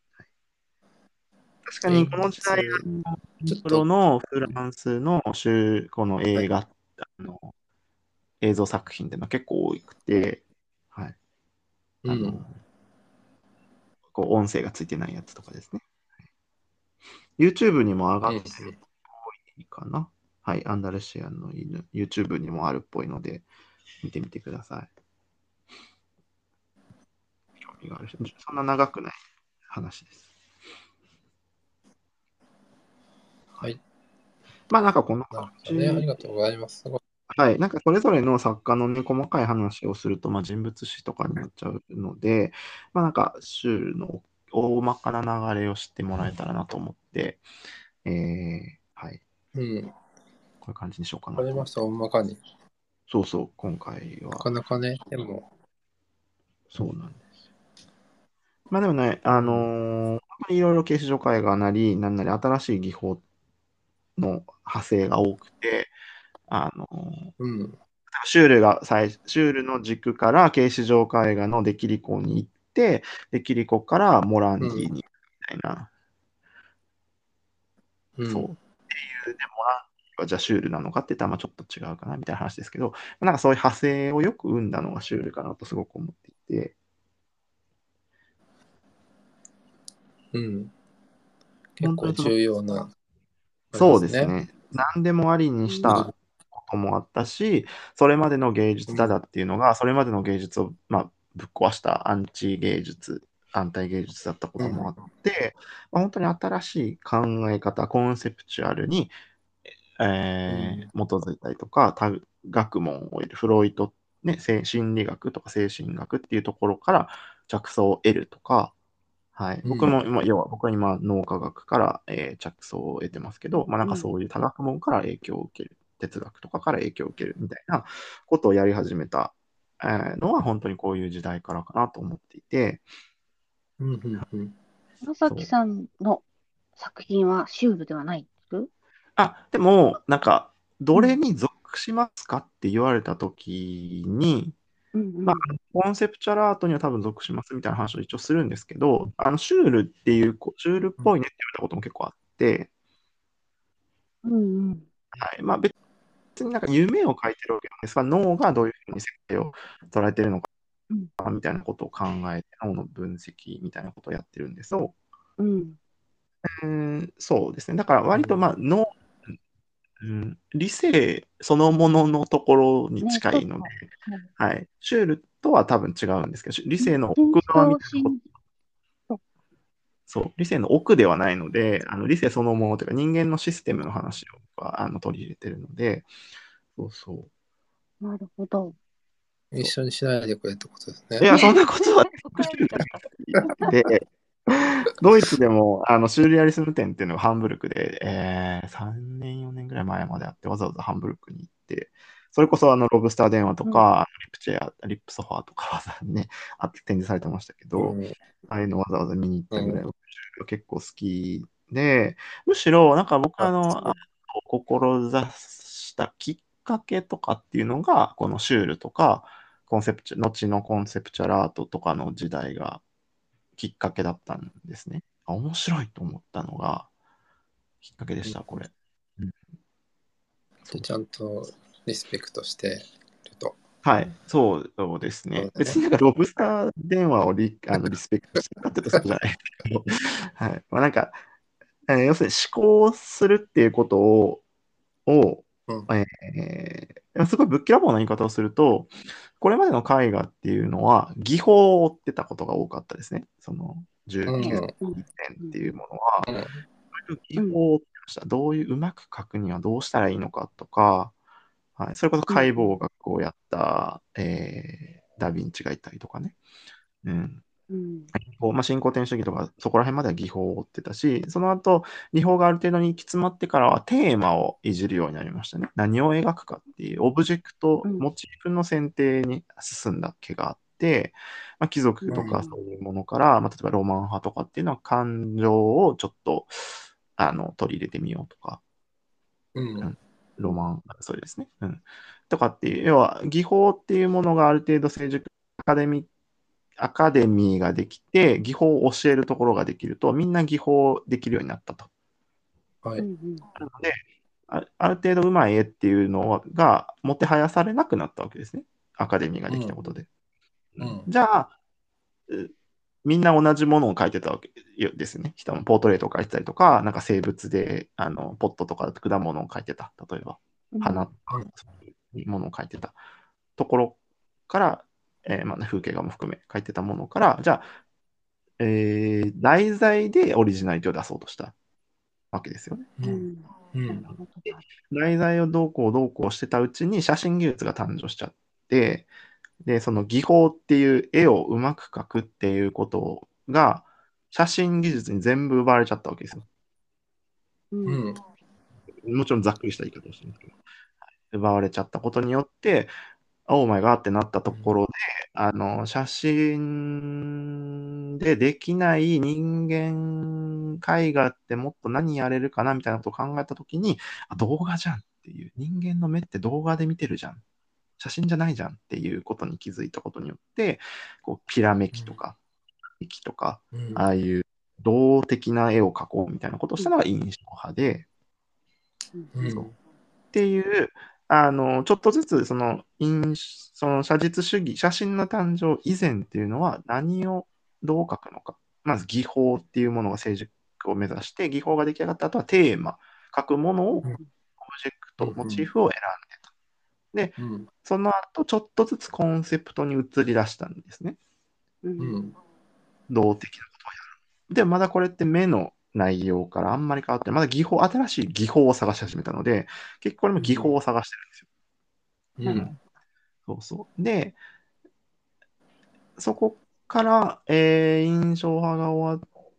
確かに、 現この時代、 実、 プちょっと、 ロのフランスの週このはい。 映画、あの映像作品っていうのは結構多くて、はい。あの、 うん。 こう音声がついてないやつとかですね。YouTube にも上がうん。 ってるっぽいかな。はい。アンダルシアンの犬。YouTube にもあるっぽいので、見てみてください。興味があるし、そんな長くない話です。 はい。 まあなんかこんななる感ほどね。あじ。 りがとうございます。すごい。 はい。なんかそれぞれの作家のね、細かい話をすると、まあ人物史とかになっちゃうので、まあなんかシュールの大まかな流れを知ってもらえたらなと思って、えー、はい。 うん。 こういう感じにしようかなと思って。 わかりました。大まかに。 そうそう、今回なは、 かなかね、でも、 そうなんですよ。まあでもね、あのうん。 ーいろいろ形式上絵画なり、なんなり新しい技法の派生が多くて、あのーうん。 シュールが最、シュールの軸から形式上絵画のデキリコに行って、デキリコからモランうん。 ディに、みたいな、 うん。 そう。で、モはじゃあシュールなのかって言ったらまあちょっと違うかなみたいな話ですけど、なんかそういう派生をよく生んだのがシュールかなとすごく思っていて、 うん。結構本当にその、 重要な、あれそうですね。 ですね、何でもありにしうんたこともあったし、それまでの芸術だだっていうのが、それまでの芸術を、まあ、ぶっ壊したアンチ芸術、安泰芸術だったこともあって、まあ、本当に新しい考え方、コンセプチュアルに、えー基づいたりとか、た学問を得る、フロイト、ね、精心理学とか精神学っていうところから着想を得るとか、はい、僕も、まあ、要は僕は今脳科学から、えー着想を得てますけど、まあ、なんかそういう多学問から影響を受ける、哲学とかから影響を受けるみたいなことをやり始めた、えーのは本当にこういう時代からかなと思っていて、 うんうんうん。 野崎さんの作品はシュールではないですあ、でも、なんか、どれに属しますかって言われたときに、 うんうん。 まあ、コンセプチュアルアートには多分属しますみたいな話を一応するんですけど、あのシュールっていう、こシュールっぽいねって言われたことも結構あって、 うんうん。 はい、まあ別になんか夢を描いてるわけなんですが、脳がどういうふうに世界を捉えてるのかうんみたいなことを考えて、脳の分析みたいなことをやってるんですよ。 うん。 うん、そうですね。だから割とまあ脳、うん、理性そのもののところにね、ちょっと、 近いので、 はいはい、シュールとは多分違うんですけど、理性の真奥側み相たいなこと、 心と、 そう、理性の奥ではないので、あの理性そのものというか人間のシステムの話をあの取り入れてるので、そうそなるほど。 一緒にしないでくれってことですう。いね。 や、そんなことは答えるから。 で、ドイツでもあのシュールレアリスム展っていうのがハンブルクで、えー、さんねん、よねんぐらい前まであって、わざわざハンブルクに行って、それこそあのロブスター電話とか、リップチェア、リップソファーとかわざわざね、あって展示されてましたけど、 うんああいうのわざわざ見に行ったぐらい、 うん僕結構好きで、むしろなんか僕ああの、アートを志したきっかけとかっていうのが、このシュールとか、コンセプチュ、後のコンセプチュアルアートとかの時代がきっかけだったんですね。あ、面白いと思ったのがきっかけでした、これ。うん、そうでちゃんとリスペクトしてると。 はい、そうですね。 そうだね別になんかロブスター電話をリあのリスペクトしてるかっていうとそうじゃないけど、はい。まあ、なんか、えー要するに思考するっていうことを、をうんえーすごいぶっきらぼうな言い方をすると、これまでの絵画っていうのは技法を追ってたことが多かったですね。そのじゅうきゅううんうん点っていうものは、 うん技法を追ってました。どういううまく描くにはどうしたらいいのかとか、はい、それこそ解剖学をやった、えーダ・ヴィンチがいたりとかね。うんうんこうまあ、新古典主義とか、そこら辺までは技法を追ってたし、その後、技法がある程度に行き詰まってからはテーマをいじるようになりましたね。何を描くかっていう、オブジェクト、 うんモチーフの選定に進んだ気があって、まあ、貴族とかそういうものから、まあ、例えばロマン派とかっていうのは感情をちょっとあの取り入れてみようとか、 うんロマン、そうですね。うん。とかっていう、要は技法っていうものがある程度成熟、アカデミーアカデミーができて、技法を教えるところができると、みんな技法できるようになったと。 はい。 うんうんなので、あある程度うまい絵っていうのがもてはやされなくなったわけですね。アカデミーができたことで。 うんじゃあ、うみんな同じものを描いてたわけですね。人のポートレートを描いてたりとか、なんか生物であのポットとか果物を描いてた。例えば、 うん花とか、そういうものを描いてたところから、えーまあ、風景画も含め描いてたものから、じゃあ、えー題材でオリジナリティを出そうとしたわけですよね。 ううんんうんなるほど題材をどうこうどうこうしてたうちに写真技術が誕生しちゃって、で、その技法っていう絵をうまく描くっていうことが、写真技術に全部奪われちゃったわけですよ。 ううんんもちろんざっくりした言い方をしてるんですけど、奪われちゃったことによって、オーマイガーってなったところで、あの、写真でできない人間絵画ってもっと何やれるかなみたいなことを考えたときに、あ、動画じゃんっていう、人間の目って動画で見てるじゃん。写真じゃないじゃんっていうことに気づいたことによって、こうピラメキとか、駅とか、 うんああいう動的な絵を描こうみたいなことをしたのが印象派で、 うんそうっていう、あの、ちょっとずつその、印その写実主義、写真の誕生以前っていうのは何をどう描くのか。まず技法っていうものが成熟を目指して、技法が出来上がった後はテーマ、描くものを、オブジェクト、モチーフを選んでた。で、 うん。 その後、ちょっとずつコンセプトに移り出したんですね。 う。 うんん。 動的なことをやる。でもまだこれって目の内容からあんまり変わってない、まだ技法、新しい技法を探し始めたので、結局これも技法を探してるんですよ。 う。 うんん。そうそう。で、そこから、えー印象派が終わって、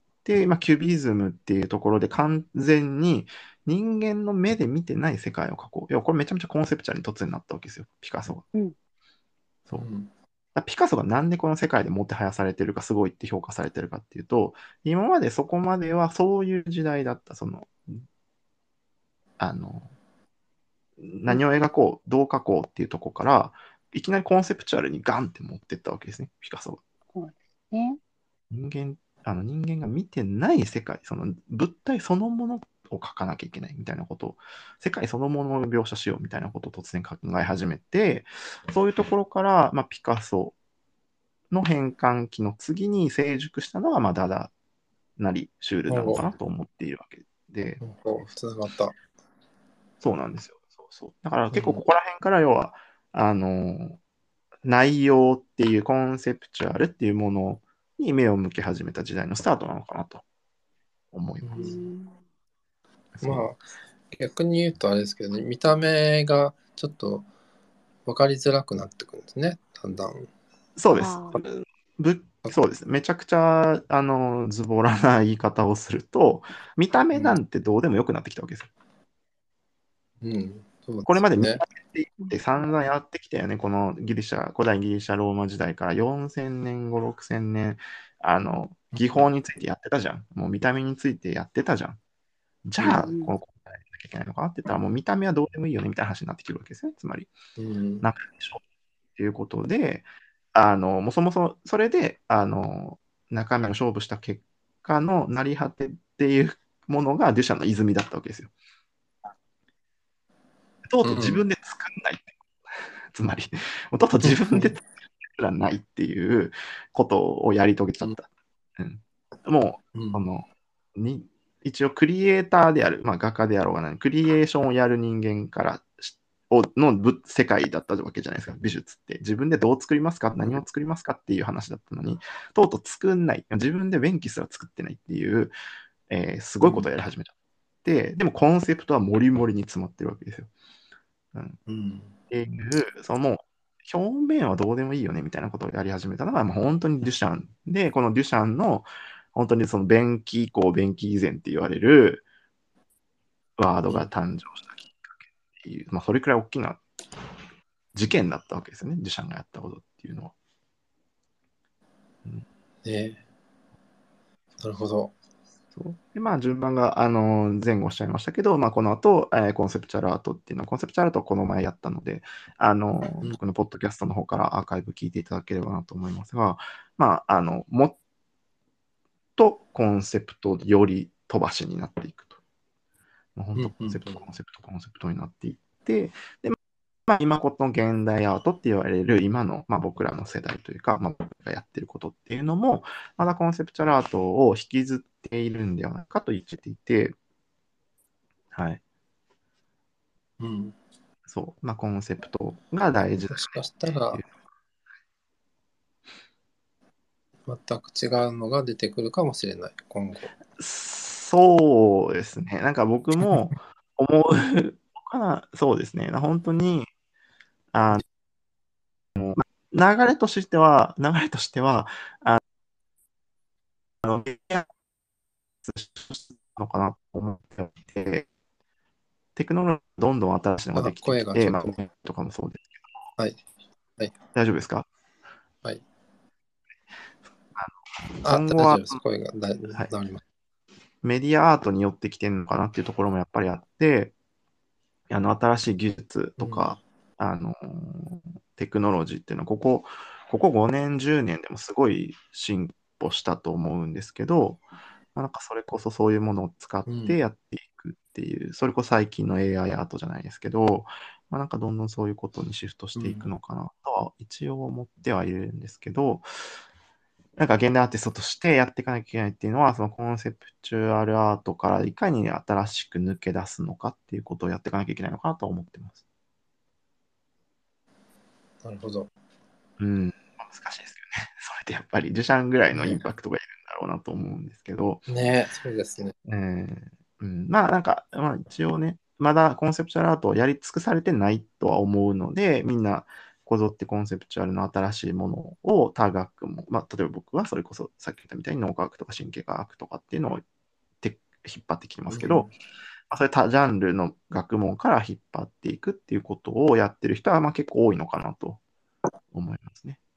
まあ、キュビズムっていうところで完全に人間の目で見てない世界を描こう。いや、これめちゃめちゃコンセプチャルに突然なったわけですよ、ピカソが。 うん。 そうう。 ん。 ピカソがなんでこの世界でもてはやされてるか、すごいって評価されてるかっていうと、今までそこまではそういう時代だった、その、あの、何を描こう、どう描こうっていうところから、いきなりコンセプチュアルにガンって持ってったわけですね、ピカソが。 そうですね。 人間、あの人間が見てない世界、その物体そのものを描かなきゃいけないみたいなことを、世界そのものを描写しようみたいなことを突然考え始めて、そういうところから、まあ、ピカソの変換期の次に成熟したのが、まあ、ダダなりシュールなのかなと思っているわけで、 お、つながった。 そうなんですよ。そうそう。だから結構ここら辺から要は、あの、内容っていうコンセプチュアルっていうものに目を向け始めた時代のスタートなのかなと思いうます。 ん。 そうまあ、逆に言うとあれですけどね、見た目がちょっと分かりづらくなってくるんですね、だんだん。 そうですああ。。 ぶそうです。めちゃくちゃ、あの、ズボラな言い方をすると、見た目なんてどうでもよくなってきたわけですよ。 うん、そうこれまで見たですよね。 目って言って散々やってきたよね。このギリシャ、古代ギリシャローマ時代からよんせんねん、ご、ろくせんねん、あの、技法についてやってたじゃん。もう見た目についてやってたじゃん。じゃあ、 うん。 このことやらなきゃいけないのかって言ったら、もう見た目はどうでもいいよねみたいな話になってくるわけですね。つまり、 うん。 中身でしょっていうことで、あの、もうそもそも、それで、あの、中身を勝負した結果の成り果てっていうものがデュシャンの泉だったわけですよ。とうとう自分で作んない。つまり、とうとう自分で作らないっていうことをやり遂げちゃった。うん、もう、 うんこのに一応クリエイターである、まあ、画家であろうがない、クリエーションをやる人間からしをのぶ世界だったわけじゃないですか、美術って。自分でどう作りますか、何を作りますかっていう話だったのに、とうとう作んない、自分で便器すら作ってないっていう、えーすごいことをやり始めちゃって、でもコンセプトはもりもりに詰まってるわけですよ。うんうんっていう、そのもう表面はどうでもいいよねみたいなことをやり始めたのが、まあ、本当にデュシャンで、このデュシャンの本当にその便器以降、便器以前って言われるワードが誕生したきっかけっていう、まあ、それくらい大きな事件だったわけですよね、デュシャンがやったことっていうのは。うんね、なるほど。 そうでまあ、順番が、あの前後しちゃいましたけど、まあ、この後、えーコンセプチュアルアートっていうのは、コンセプチュアルアートをこの前やったので、あのうん僕のポッドキャストの方からアーカイブ聞いていただければなと思いますが、まあ、あのもっとコンセプトより飛ばしになっていくと。もう本当コンセプト、コンセプト、コンセプトになっていって、で、まあ、今この現代アートって言われる今の、まあ、僕らの世代というか、まあ、僕がやってることっていうのも、まだコンセプチュアルアートを引きずっているんではないかと言っていて、はい。 うん、 そう。まあ、コンセプトが大事だもしかしたら全く違うのが出てくるかもしれない、今後。 そうですね。なんか僕も思うかな、そうですね。本当に、あの、流れとしては、流れとしては、あの、メディアのかなと思っていて、テクノロジーどんどん新しいのがであ、 きてきて、 声がちょっと。 まあ、とかもそうですけはい。はい。 ど、大丈夫ですか？ はい。あ、 今後は、 大丈夫です。声がだいはい、 治ります。 メディアアートによってきてるのかなっていうところもやっぱりあって、あの新しい技術とか、うん、あのテクノロジーっていうのはここ、ここごねん、じゅうねんでもすごい進歩したと思うんですけど、まあ、なんかそれこそそういうものを使ってやっていくってっていう、それこそ最近の エーアイ アートじゃないですけど、まあ、なんかどんどんそういうことにシフトしていくのかなとは一応思ってはいるんですけど、なんか現代アーティストとしてやっていかなきゃいけないっていうのは、そのコンセプチュアルアートからいかに新しく抜け出すのかっていうことをやっていかなきゃいけないのかなとは思ってます。 なるほど。 うん。まあ難しいですけどね。それってやっぱりデュシャンぐらいのインパクトがいるんだろうなと思うんですけど、 ね、そうですね。 えーうん、まあなんか、まあ一応ね、まだコンセプチュアルアートをやり尽くされてないとは思うので、みんなこぞってコンセプチュアルの新しいものを他学も、まあ例えば僕はそれこそさっき言ったみたいに脳科学とか神経科学とかっていうのをて引っ張ってきてますけど、まあ、それ他ジャンルの学問から引っ張っていくっていうことをやってる人はまあ結構多いのかなと思いますね。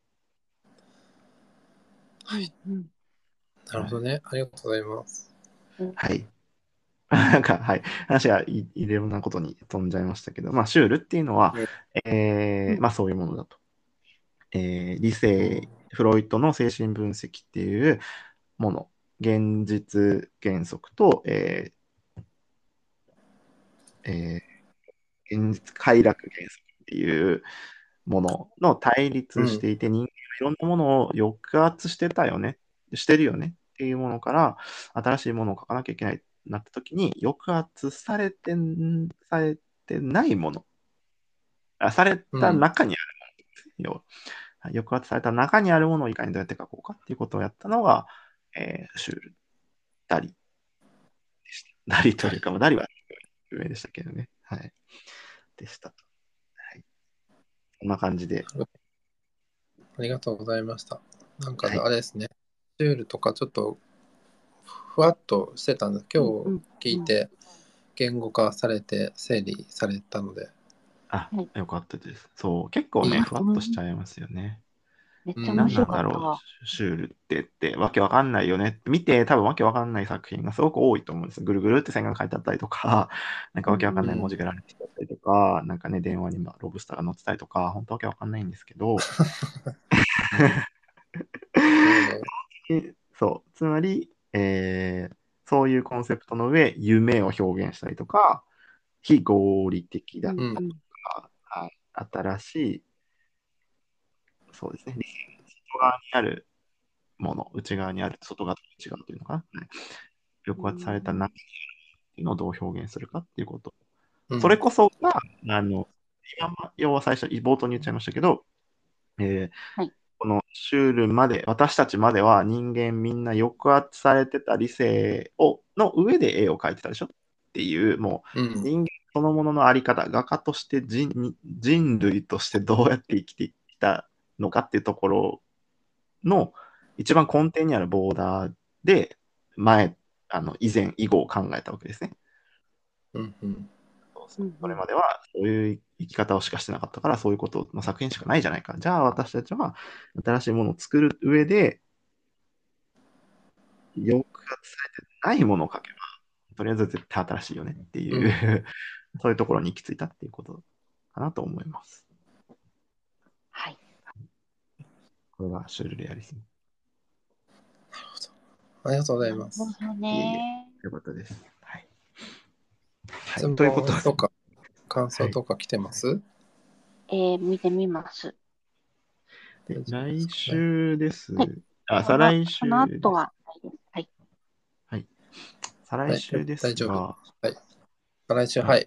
はい。 うんなるほどね。ありがとうございます。 うんはい。なんか、はい。話がいいろんなことに飛んじゃいましたけど、まあ、シュールっていうのは、 うんえーまあ、そういうものだと。えー理性、フロイトの精神分析っていうもの、現実原則と、えーえー現実快楽原則っていうものの対立していて、人間はいろんなものを抑圧してたよね、してるよねっていうものから、新しいものを書かなきゃいけないってなった時に、抑圧されてん、されてないもの、あされた中にあるもの、要は抑圧された中にあるものをいかにどうやって書こうかっていうことをやったのが、えーシュール、ダリでした。ダリというか、まあダリは有名でしたけどね。はい。でした。はい。こんな感じで。 ありがとうございました。なんかはいあれですね、シュールとかちょっとふわっとしてたんです。今うん日聞いて言語化されて整理されたので、 あ、 はいよかったです。そう、結構ね、 いいふわっとしちゃいますよね。 めっちゃうん面白何なんだろかったわ。 う、シュールってってわけわかんないよね。見て多分わけわかんない作品がすごく多いと思うんです。ぐるぐるって線が書いてあったりとか、なんかわけわかんない文字がられてあったりとか、なんかね、電話にまあロブスターが載ってたりとか、本当わけわかんないんですけど、 えでそう、つまり、えーそういうコンセプトの上、夢を表現したりとか、非合理的だとうんか、はい新しい、そうですね、外側にあるもの、内側にある、外側と内側というのかな、はい抑圧された中っていうのをどう表現するかっていうこと。 うんそれこそが、あの、今要は最初、冒頭に言っちゃいましたけど、えーはいこのシュールまで、私たちまでは人間みんな抑圧されてた理性をの上で絵を描いてたでしょっていう、もううん人間そのもののあり方、画家として人人類としてどうやって生きてきたのかっていうところの一番根底にあるボーダーで、前、あの以前、以後を考えたわけですね。 うんうんそうそうそれまではそういう生き方をしかしてなかったから、そういうことの作品しかないじゃないか。じゃあ私たちは新しいものを作る上で、抑圧されてないものを書けば、とりあえず絶対新しいよねっていう、そういうところに行き着いたっていうことかなと思います。 はい。 これがシュールレアリスム。 ありがとうございなるます。 ほどいえいえ、 ね。 ということです。はい。は質い、ということで、 問とか感はい想とか来てます？ えー、見てみます。 で大丈夫です来かね。 週です。 はい。 あ、 その、 再来その週です。 後はないです。はい。 はい。再はい、 来週で大丈夫。 すが、 はい。来週、 はいはい。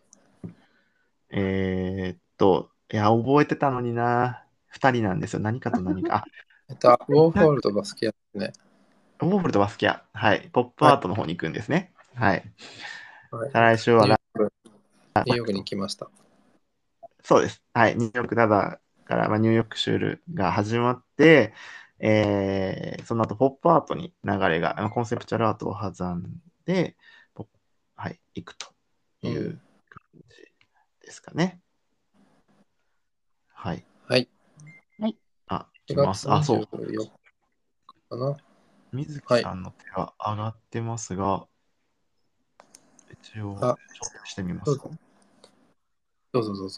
えーっと、いや、覚えてたのにな。二人なんですよ。何かと何か。あ、 えっと、ウォーホールドが好きですね。 ウォーホルとバスキア。はい。ポップはい。 アートの方に行くんですね。はい。 はい、 再来週はラニューヨーク、ニューヨークに来ました。 そうです。はい。ニューヨークダダから、まあ、ニューヨークシュールが始まって、えーその後、ポップアートに流れが、あのコンセプチュアルアートを挟んで、ポップはい、行くとう。 いうん感じですかね。はい。 はい。 はい。 あ、行き 9 ます。あ、 月24 そう。 日かな。 水木はい。 さんの手が上がってますが、一応、 あ、 挑戦してみます。 どうぞ。どうぞどうぞ。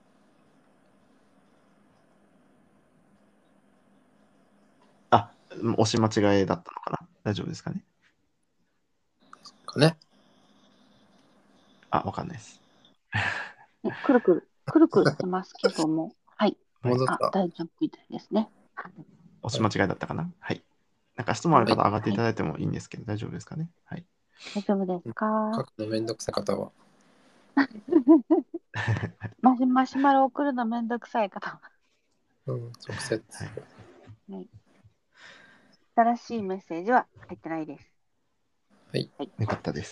あ、押し間違いだったのかな大丈夫ですかね。 かね。 あ、わかんないです。 ね、くるくる、くるくるしてますけども。はい。あ、 戻った。 大丈夫みたいですね。はい。 押し間違いだったかな。はい。なんか質問あるはい。 方上がっていはい。 ただいてもいいんですけど、大丈夫ですかね。はい。 大丈夫ですか？ 書くのめんどくさい方は。 マシマシュマロ送るのめんどくさい方は。 うん、直接。 はい。 はい。新しいメッセージは入ってないです。 はい。 はい。 よかったです。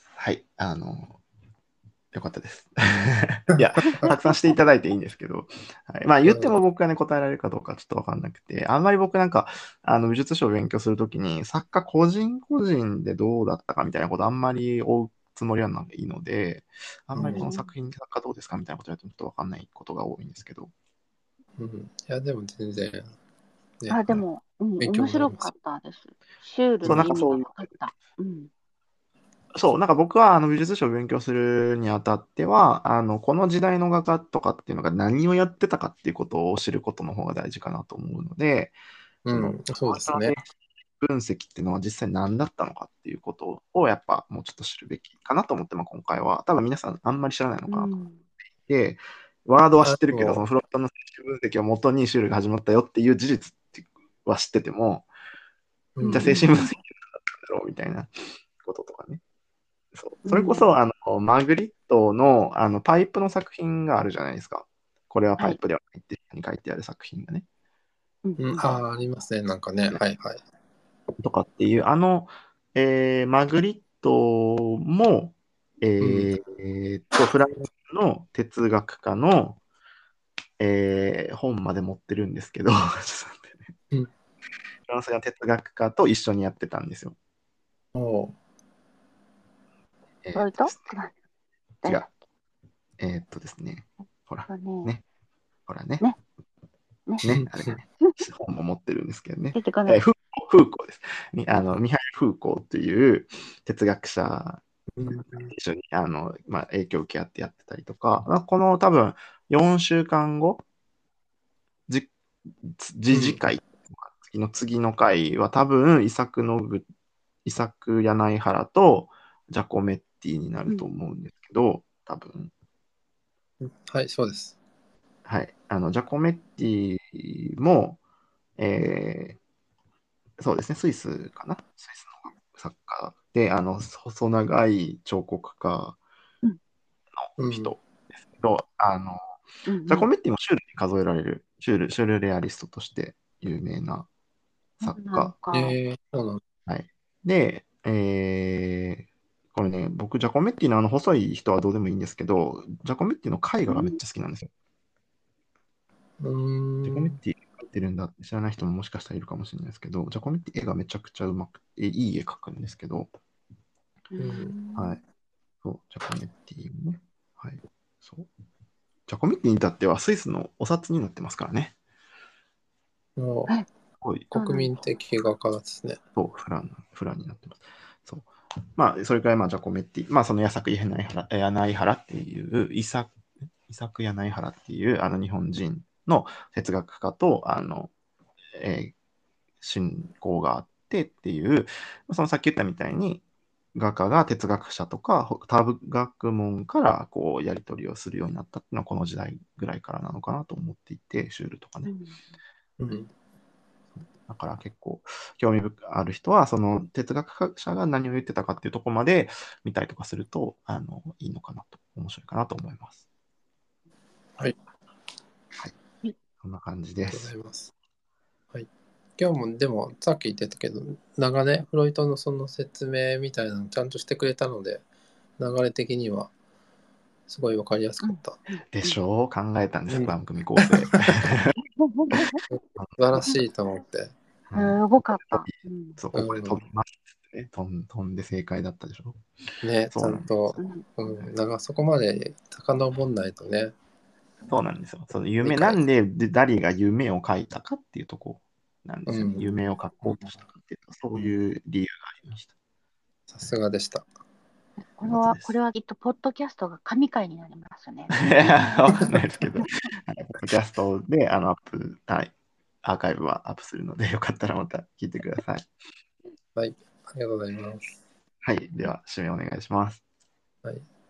はい。あの、よかったです。いや、たくさんしていただいていいんですけど、はい、まあ言っても僕がね、答えられるかどうかちょっとわかんなくて、あんまり僕なんか、あの美術史を勉強するときに、作家個人個人でどうだったかみたいなことあんまり追うつもりはないので、あんまりこの作品作家どうですかみたいなことやってもちょっとわかんないことが多いんですけど。 うん。いや、でも全然、ね、 あ、でも、うん、 勉強面白かになります。 ったです。シュールそう、 の意味がなんかそういう、 分かった。うん。 そう、なんか僕はあの美術史を勉強するにあたっては、あの、この時代の画家とかっていうのが何をやってたかっていうことを知ることの方が大事かなと思うので、その、 うん、そうですね。 分析っていうのは実際何だったのかっていうことをやっぱもうちょっと知るべきかなと思って、まあ、今回は多分皆さんあんまり知らないのうかなと思っん。 て、ワードは知あってるけど、そのと、 フロントの分析をもとにシュールが始まったよっていう事実は知ってても、 うん、 じゃあ精神分析なんだろうみたいなこととかね。そう。それこそ、 うん。 あの、マグリットの、あの、パイプの作品があるじゃないですか。これはパはい。 イプではないってに書いてある作品がね。 うん。 うん、 うん。 ああ、ありますね。なんかね。はいはい。 とかっていう、あの、えーマグリットも、 うん、 えーっと、フランスの哲学家の、えー本まで持ってるんですけど、ちょっと待ってねうん。 フランスの哲学家と一緒にやってたんですよ。 おう。 えーっフロイトとですね、違う。 誰だっえーっとですね、ほら、 けね。 ね、ほらね、 ね。ね。 ね、あれね、本も持ってるんですけどね。 出てこない。 えーフーコー、フーコーです。にあの、ミハイル・フーコーっていう哲学者うん、 一緒にあの、まあ、影響を受け合ってやってたりとか、まあ、この多分よんしゅうかんご、じ次うん、 次回、次の次の回は多分、イサクのぐ、イサク・ヤナイハラとジャコメッティになるとうん。 思うんですけど、多分。 うん。はい、そうです。 はい。あの、ジャコメッティも、えーそうですね、スイスかなスイスの作家で、あの、細長い彫刻家うん。 うん、 人ですけど、あの、 うん。 ジャコうん。 メッティもシュールに数えられる、シュール、シュールレアリストとして有名なそうなの作家。 か。 えー、そうなの。 はい。で、えーこれね、僕、ジャコメッティのあの細い人はどうでもいいんですけど、ジャコメッティの絵画がめっうん。 ちゃ好きなんですよ。 うーん。 ジャコメッティ描いてるんだって知らない人ももしかしたらいるかもしれないですけど、ジャコメッティ絵がめちゃくちゃうまくて、いい絵描くんですけど、 ううん。 はい。 ん。 そう、ジャコメッティもね。はい。そう。ジャコメッティに至ってはスイスのお札になってますからね。 もえ、 すごい、 う、国そうなんだ。 民的画家ですね。 そう、フラン、フランになってます。そう。まあ、それくらい、まあ、ジャコメッティ、まあ、その矢作柳原、柳原っていう、イサイサク柳原っていう、あの、日本人の哲学家と、あの、えー親交があってっていう、そのさっき言ったみたいに、画家が哲学者とか多学問からこうやり取りをするようになったっていうのはこの時代ぐらいからなのかなと思っていて、シュールとかね。 うん。 うん。 だから結構興味ある人は、その哲学者が何を言ってたかっていうところまで見たりとかすると、あの、いいのかなと、面白いかなと思います。 はい。 はい。 はい。 そんな感じありがとうござです。 います。はい。今日も、でも、さっき言ってたけど、長ね、フロイトのその説明みたいなのちゃんとしてくれたので、流れ的にはすごいわかりやすうん。 かった。 うん。 でしうん。 ょう考えたんです、 うん。 番組構成。 素晴らしいと思って。 うん、 すごかった。うん。 そう、ここでうん。 飛びますってね、飛ん飛んで正解だったでしょ。 ね、ちゃそうなんです。 んと、 うん。 うん、なんかそこまで遡んないとね、 そうなんですよ。その夢、な理解。 んででダリが夢を描いたかっていうとこなんですよね。 うん。 夢を描こうとしたかっていうと、そういう理由がありました。 さすがでした。 これは、 ということです。 これはきっと、ポッドキャストが神回になりますね。 わかんないですけど、はいポッドキャストであのアップ、はい、アーカイブはアップするので、よかったらまた聞いてください。 はい。ありがとうございます。 はい。では、締めお願いします。 はい。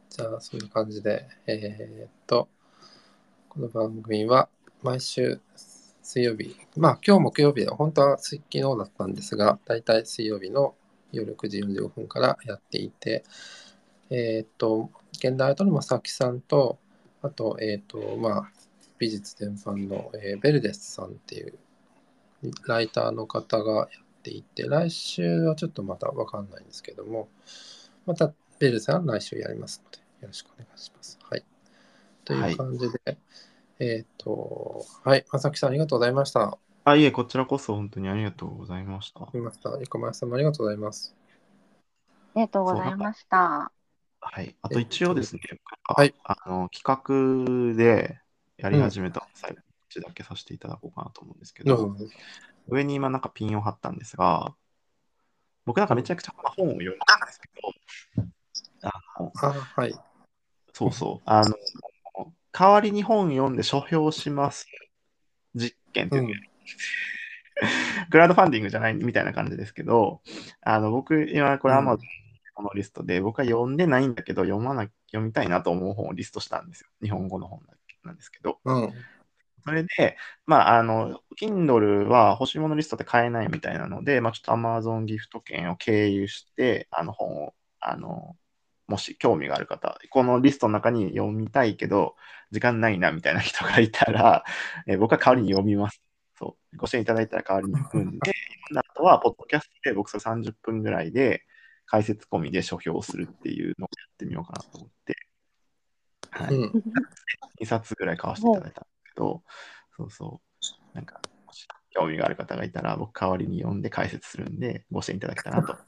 じゃあ、そういう感じで、えーっと、この番組は毎週水曜日、まあ今日木曜日で、本当は昨日だったんですが、だいたい水曜日の夜くじよんじゅうごふんからやっていて、えーっと、現代アートの正木さんと、あと、えーっと、まあ、美術全般の、えーベルデスさんっていうライターの方がやっていて、来週はちょっとまたわかんないんですけども、またベルさん来週やりますので、よろしくお願いします。はい。というはい。 感じで、えっ、と、はい、まさきさんありがとうございました。 あ、いえ、こちらこそ本当にありがとうございました。 ありました。ゆかまやさんもありがとうございます。 ありがとうごそう、なんか、 ざいました。 はい。あえっと一応と、 ですね、 はい。 あの、企画でやりうん。 始めた最後、口だけさせていただこうかなと思うんですけど、 どうぞ。 上に今なんかピンを貼ったんですが、僕なんかめちゃくちゃまあ本を読むんですけど、あの、 あ、はい。 そうそう、あの、代わりに本読んで書評します実験っていうのをうん。 クラウドファンディングじゃないみたいな感じですけど、あの、僕、今これう Amazon ん。 このリストで、僕は読んでないんだけど、読まな、読みたいなと思う本をリストしたんですよ。日本語の本なんですけど。 うん。 それで、まあ、あの、Kindle は欲しいものリストで買えないみたいなので、まあ、ちょっと Amazon ギフト券を経由して、あの本を、あの、もし興味がある方、このリストの中に読みたいけど、時間ないなみたいな人がいたら、えー僕は代わりに読みます。そう。ご支援いただいたら代わりに読んで、あとは、ポッドキャストで僕それさんじゅっぷんぐらいで、解説込みで書評するっていうのをやってみようかなと思って、はい。 うん。 にさつぐらい買わせていただいたんですけど、そうそう。なんか、もし興味がある方がいたら、僕代わりに読んで解説するんで、ご支援いただけたらなと。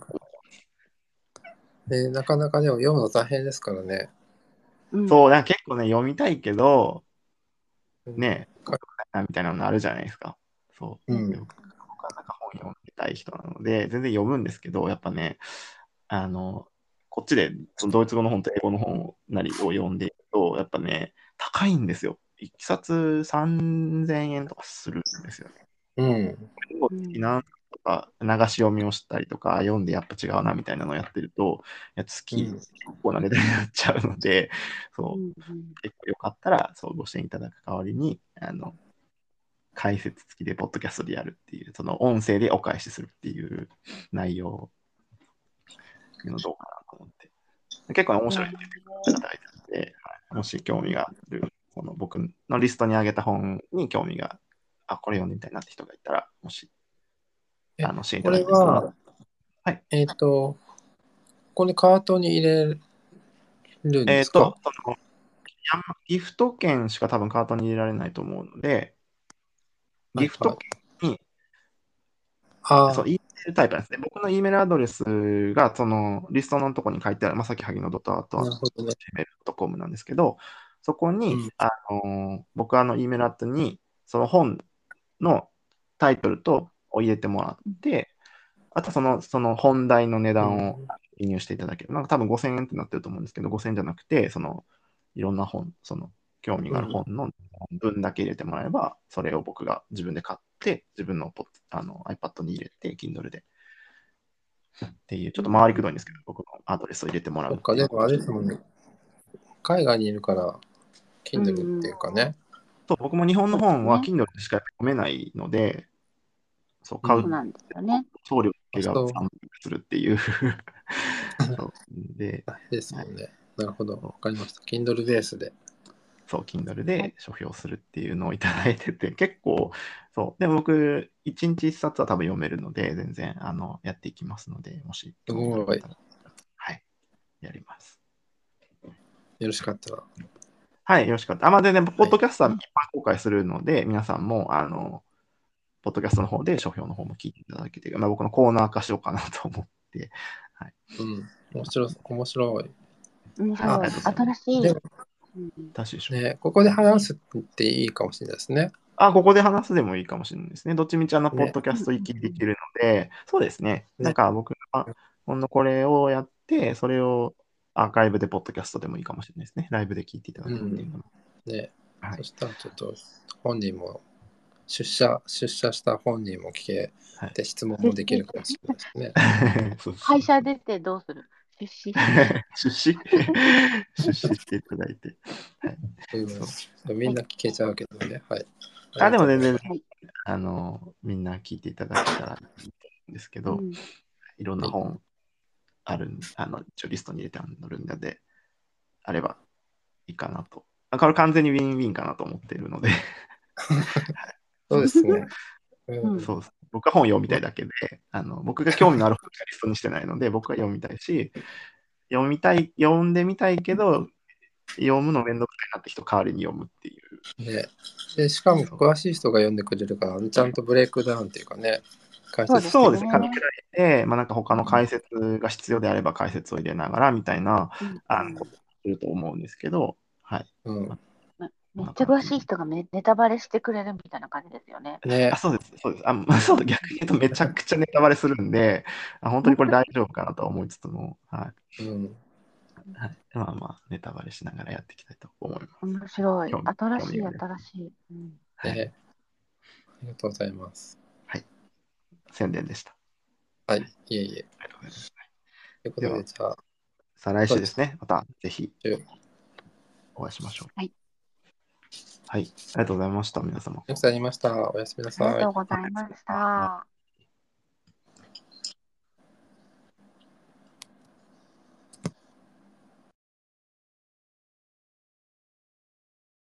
で、なかなかでも読むの大変ですからね。 うん。 そう、なんか結構ね、読みたいけど、 うん。 ね、 かみたいなのあるじゃないですか。そうう。 ん。 で僕僕はなんか本読みたい人なので、全然読むんですけど、やっぱね、あの、こっちでそのドイツ語の本と英語の本なりを読んでいくと、やっぱね、高いんですよ。一冊さんぜんえんとかするんですよね。 うん。 結構好きなとか、流し読みをしたりとか、読んでやっぱ違うなみたいなのをやってると、いや月うん。 結構な値段になっちゃうので、そう、 うんうん結構よかったら、そう、ご支援いただく代わりに、あの、解説付きでポッドキャストでやるっていう、その音声でお返しするっていう内容のどうかなと思って。結構面白いって言ってくれた方がいたので、はい、もし興味がある、この僕のリストに上げた本に興味が、あ、これ読んでみたいなって人がいたら、もし、 え、 あの、支援いこれただけたらな。 は、 はい。 えっ、と、これカートに入れるんでえっ、 すか？ と、その、ギフト券しか多分カートに入れられないと思うので、ギフトはいはい。 券に、そう、 あ E メールタイプなんですね。僕の E メールアドレスが、そのリストのところに書いてある、まさきはぎのドットアートあ、 アットなるほどね。 ジーメールドットコムなんですけど、そこに、 うん。 あのー僕あの E メールアットに、その本のタイトルとを入れてもらって、あとはその、その本題の値う段をん。 記入していただける。なんか多分ごせんえんってなってると思うんですけど、ごせんえんじゃなくて、その、いろんな本、その、興味がある本の分だけ入れてもらえば、それを僕が自分で買って、自分のポあの iPad に入れて、Kindle でっていう、ちょっと回りくどいんですけど、僕のアドレスを入れてもらそっか、 うっていうでもあことをして、 れですもんね。海外にいるから、 う Kindle っていんうかね。 そう、僕も日本そうでの本はすね。 Kindle でしか読めないので、そう、買ううん。 そうなんですよね。 送料だけがそう、 さんびゃくするっていうそうで、 大変ですはい、 もんね。なるほど。 そうわかりました。Kindle ベースで。 そう、Kindle で書評するっていうのをいただいてて、結構、そう、でも僕、いちにちいっさつは多分読めるので、全然、あの、やっていきますので、もしす興味があるごい。 方が、はい、やります。 よろしかったら。 はい、よろしかった。あ、まあ、でね、ポはい。 ッドキャストは一般公開するので、皆さんも、あの、ポッドキャストの方で書評の方も聞いていただけて、まあ、僕のコーナー化しようかなと思って、はい。 うん。面白い。面白い。 はい、あ面白い。 りがとうございます。 新しい。 でもうん楽しいでしょ。 ね、ここで話すっていいかもしれないですね。 あ、ここで話すでもいいかもしれないですね。どっちみちあの、ポッね。 ドキャスト行うんうんきできるので、そうですね。なんね。 か僕が、ほんのこれをやって、それをアーカイブでポッドキャストでもいいかもしれないですね。ライブで聞いていただうん。 くっていうのも。 ね。そはい。 したらちょっと本人も出社、出社した本人も聞けはい。 て質問ぜひもできるかもしれないですね。 そうそう会社出てどうする？ 出資。 出資出資していただいて。はい。 うんそうみんな聞けちゃうけどね。はい。 あ、でも全然、 はい。 あの、みんな聞いていただけたらいいんですけど、 うん。 いろんな本あるん、あの、一応リストに入れてあるんで、あればいいかなと。あこれ完全にウィンウィンかなと思っているので、 そうですね。うんうんそうです。僕は本読みたいだけで、あの僕が興味のある本しかリストにしてないので、僕は読みたいし、読みたい、読んでみたいけど、読むのめんどくさいなって人代わりに読むっていう。 ね、でしかも詳しい人が読んでくれるから、ちゃんとブレイクダウンっていうかね、解説してそうですね、 ね書き比べて、まあ、なんか他の解説が必要であれば解説を入れながらみたいな、 うんあのことをすると思うんですけど、はい。 うんめめっちゃ詳しい人がめネタバレしてくれるみたいな感じですよね。 ねあ、そうです、そうです。あ、まあそう、逆に言うとめちゃくちゃネタバレするんで、あ本当にこれ大丈夫かなとは思いつつも、はうん、 い。はい、まあまあ、ネタバレしながらやっていきたいと思います。 面白い。 興味新しい、 興味があれば新しい。うんはい。 ね、ありがとうございます。 はい。宣伝でした。 はい、いえいえ。 ありがとうございます。 ということで、 ではじゃあ、 再来週ですね。またぜひ週お会いしましょう。 はい。 はい。ありがとうございました、皆様。 よくさりました。おやすみなありがさいとう。ございました。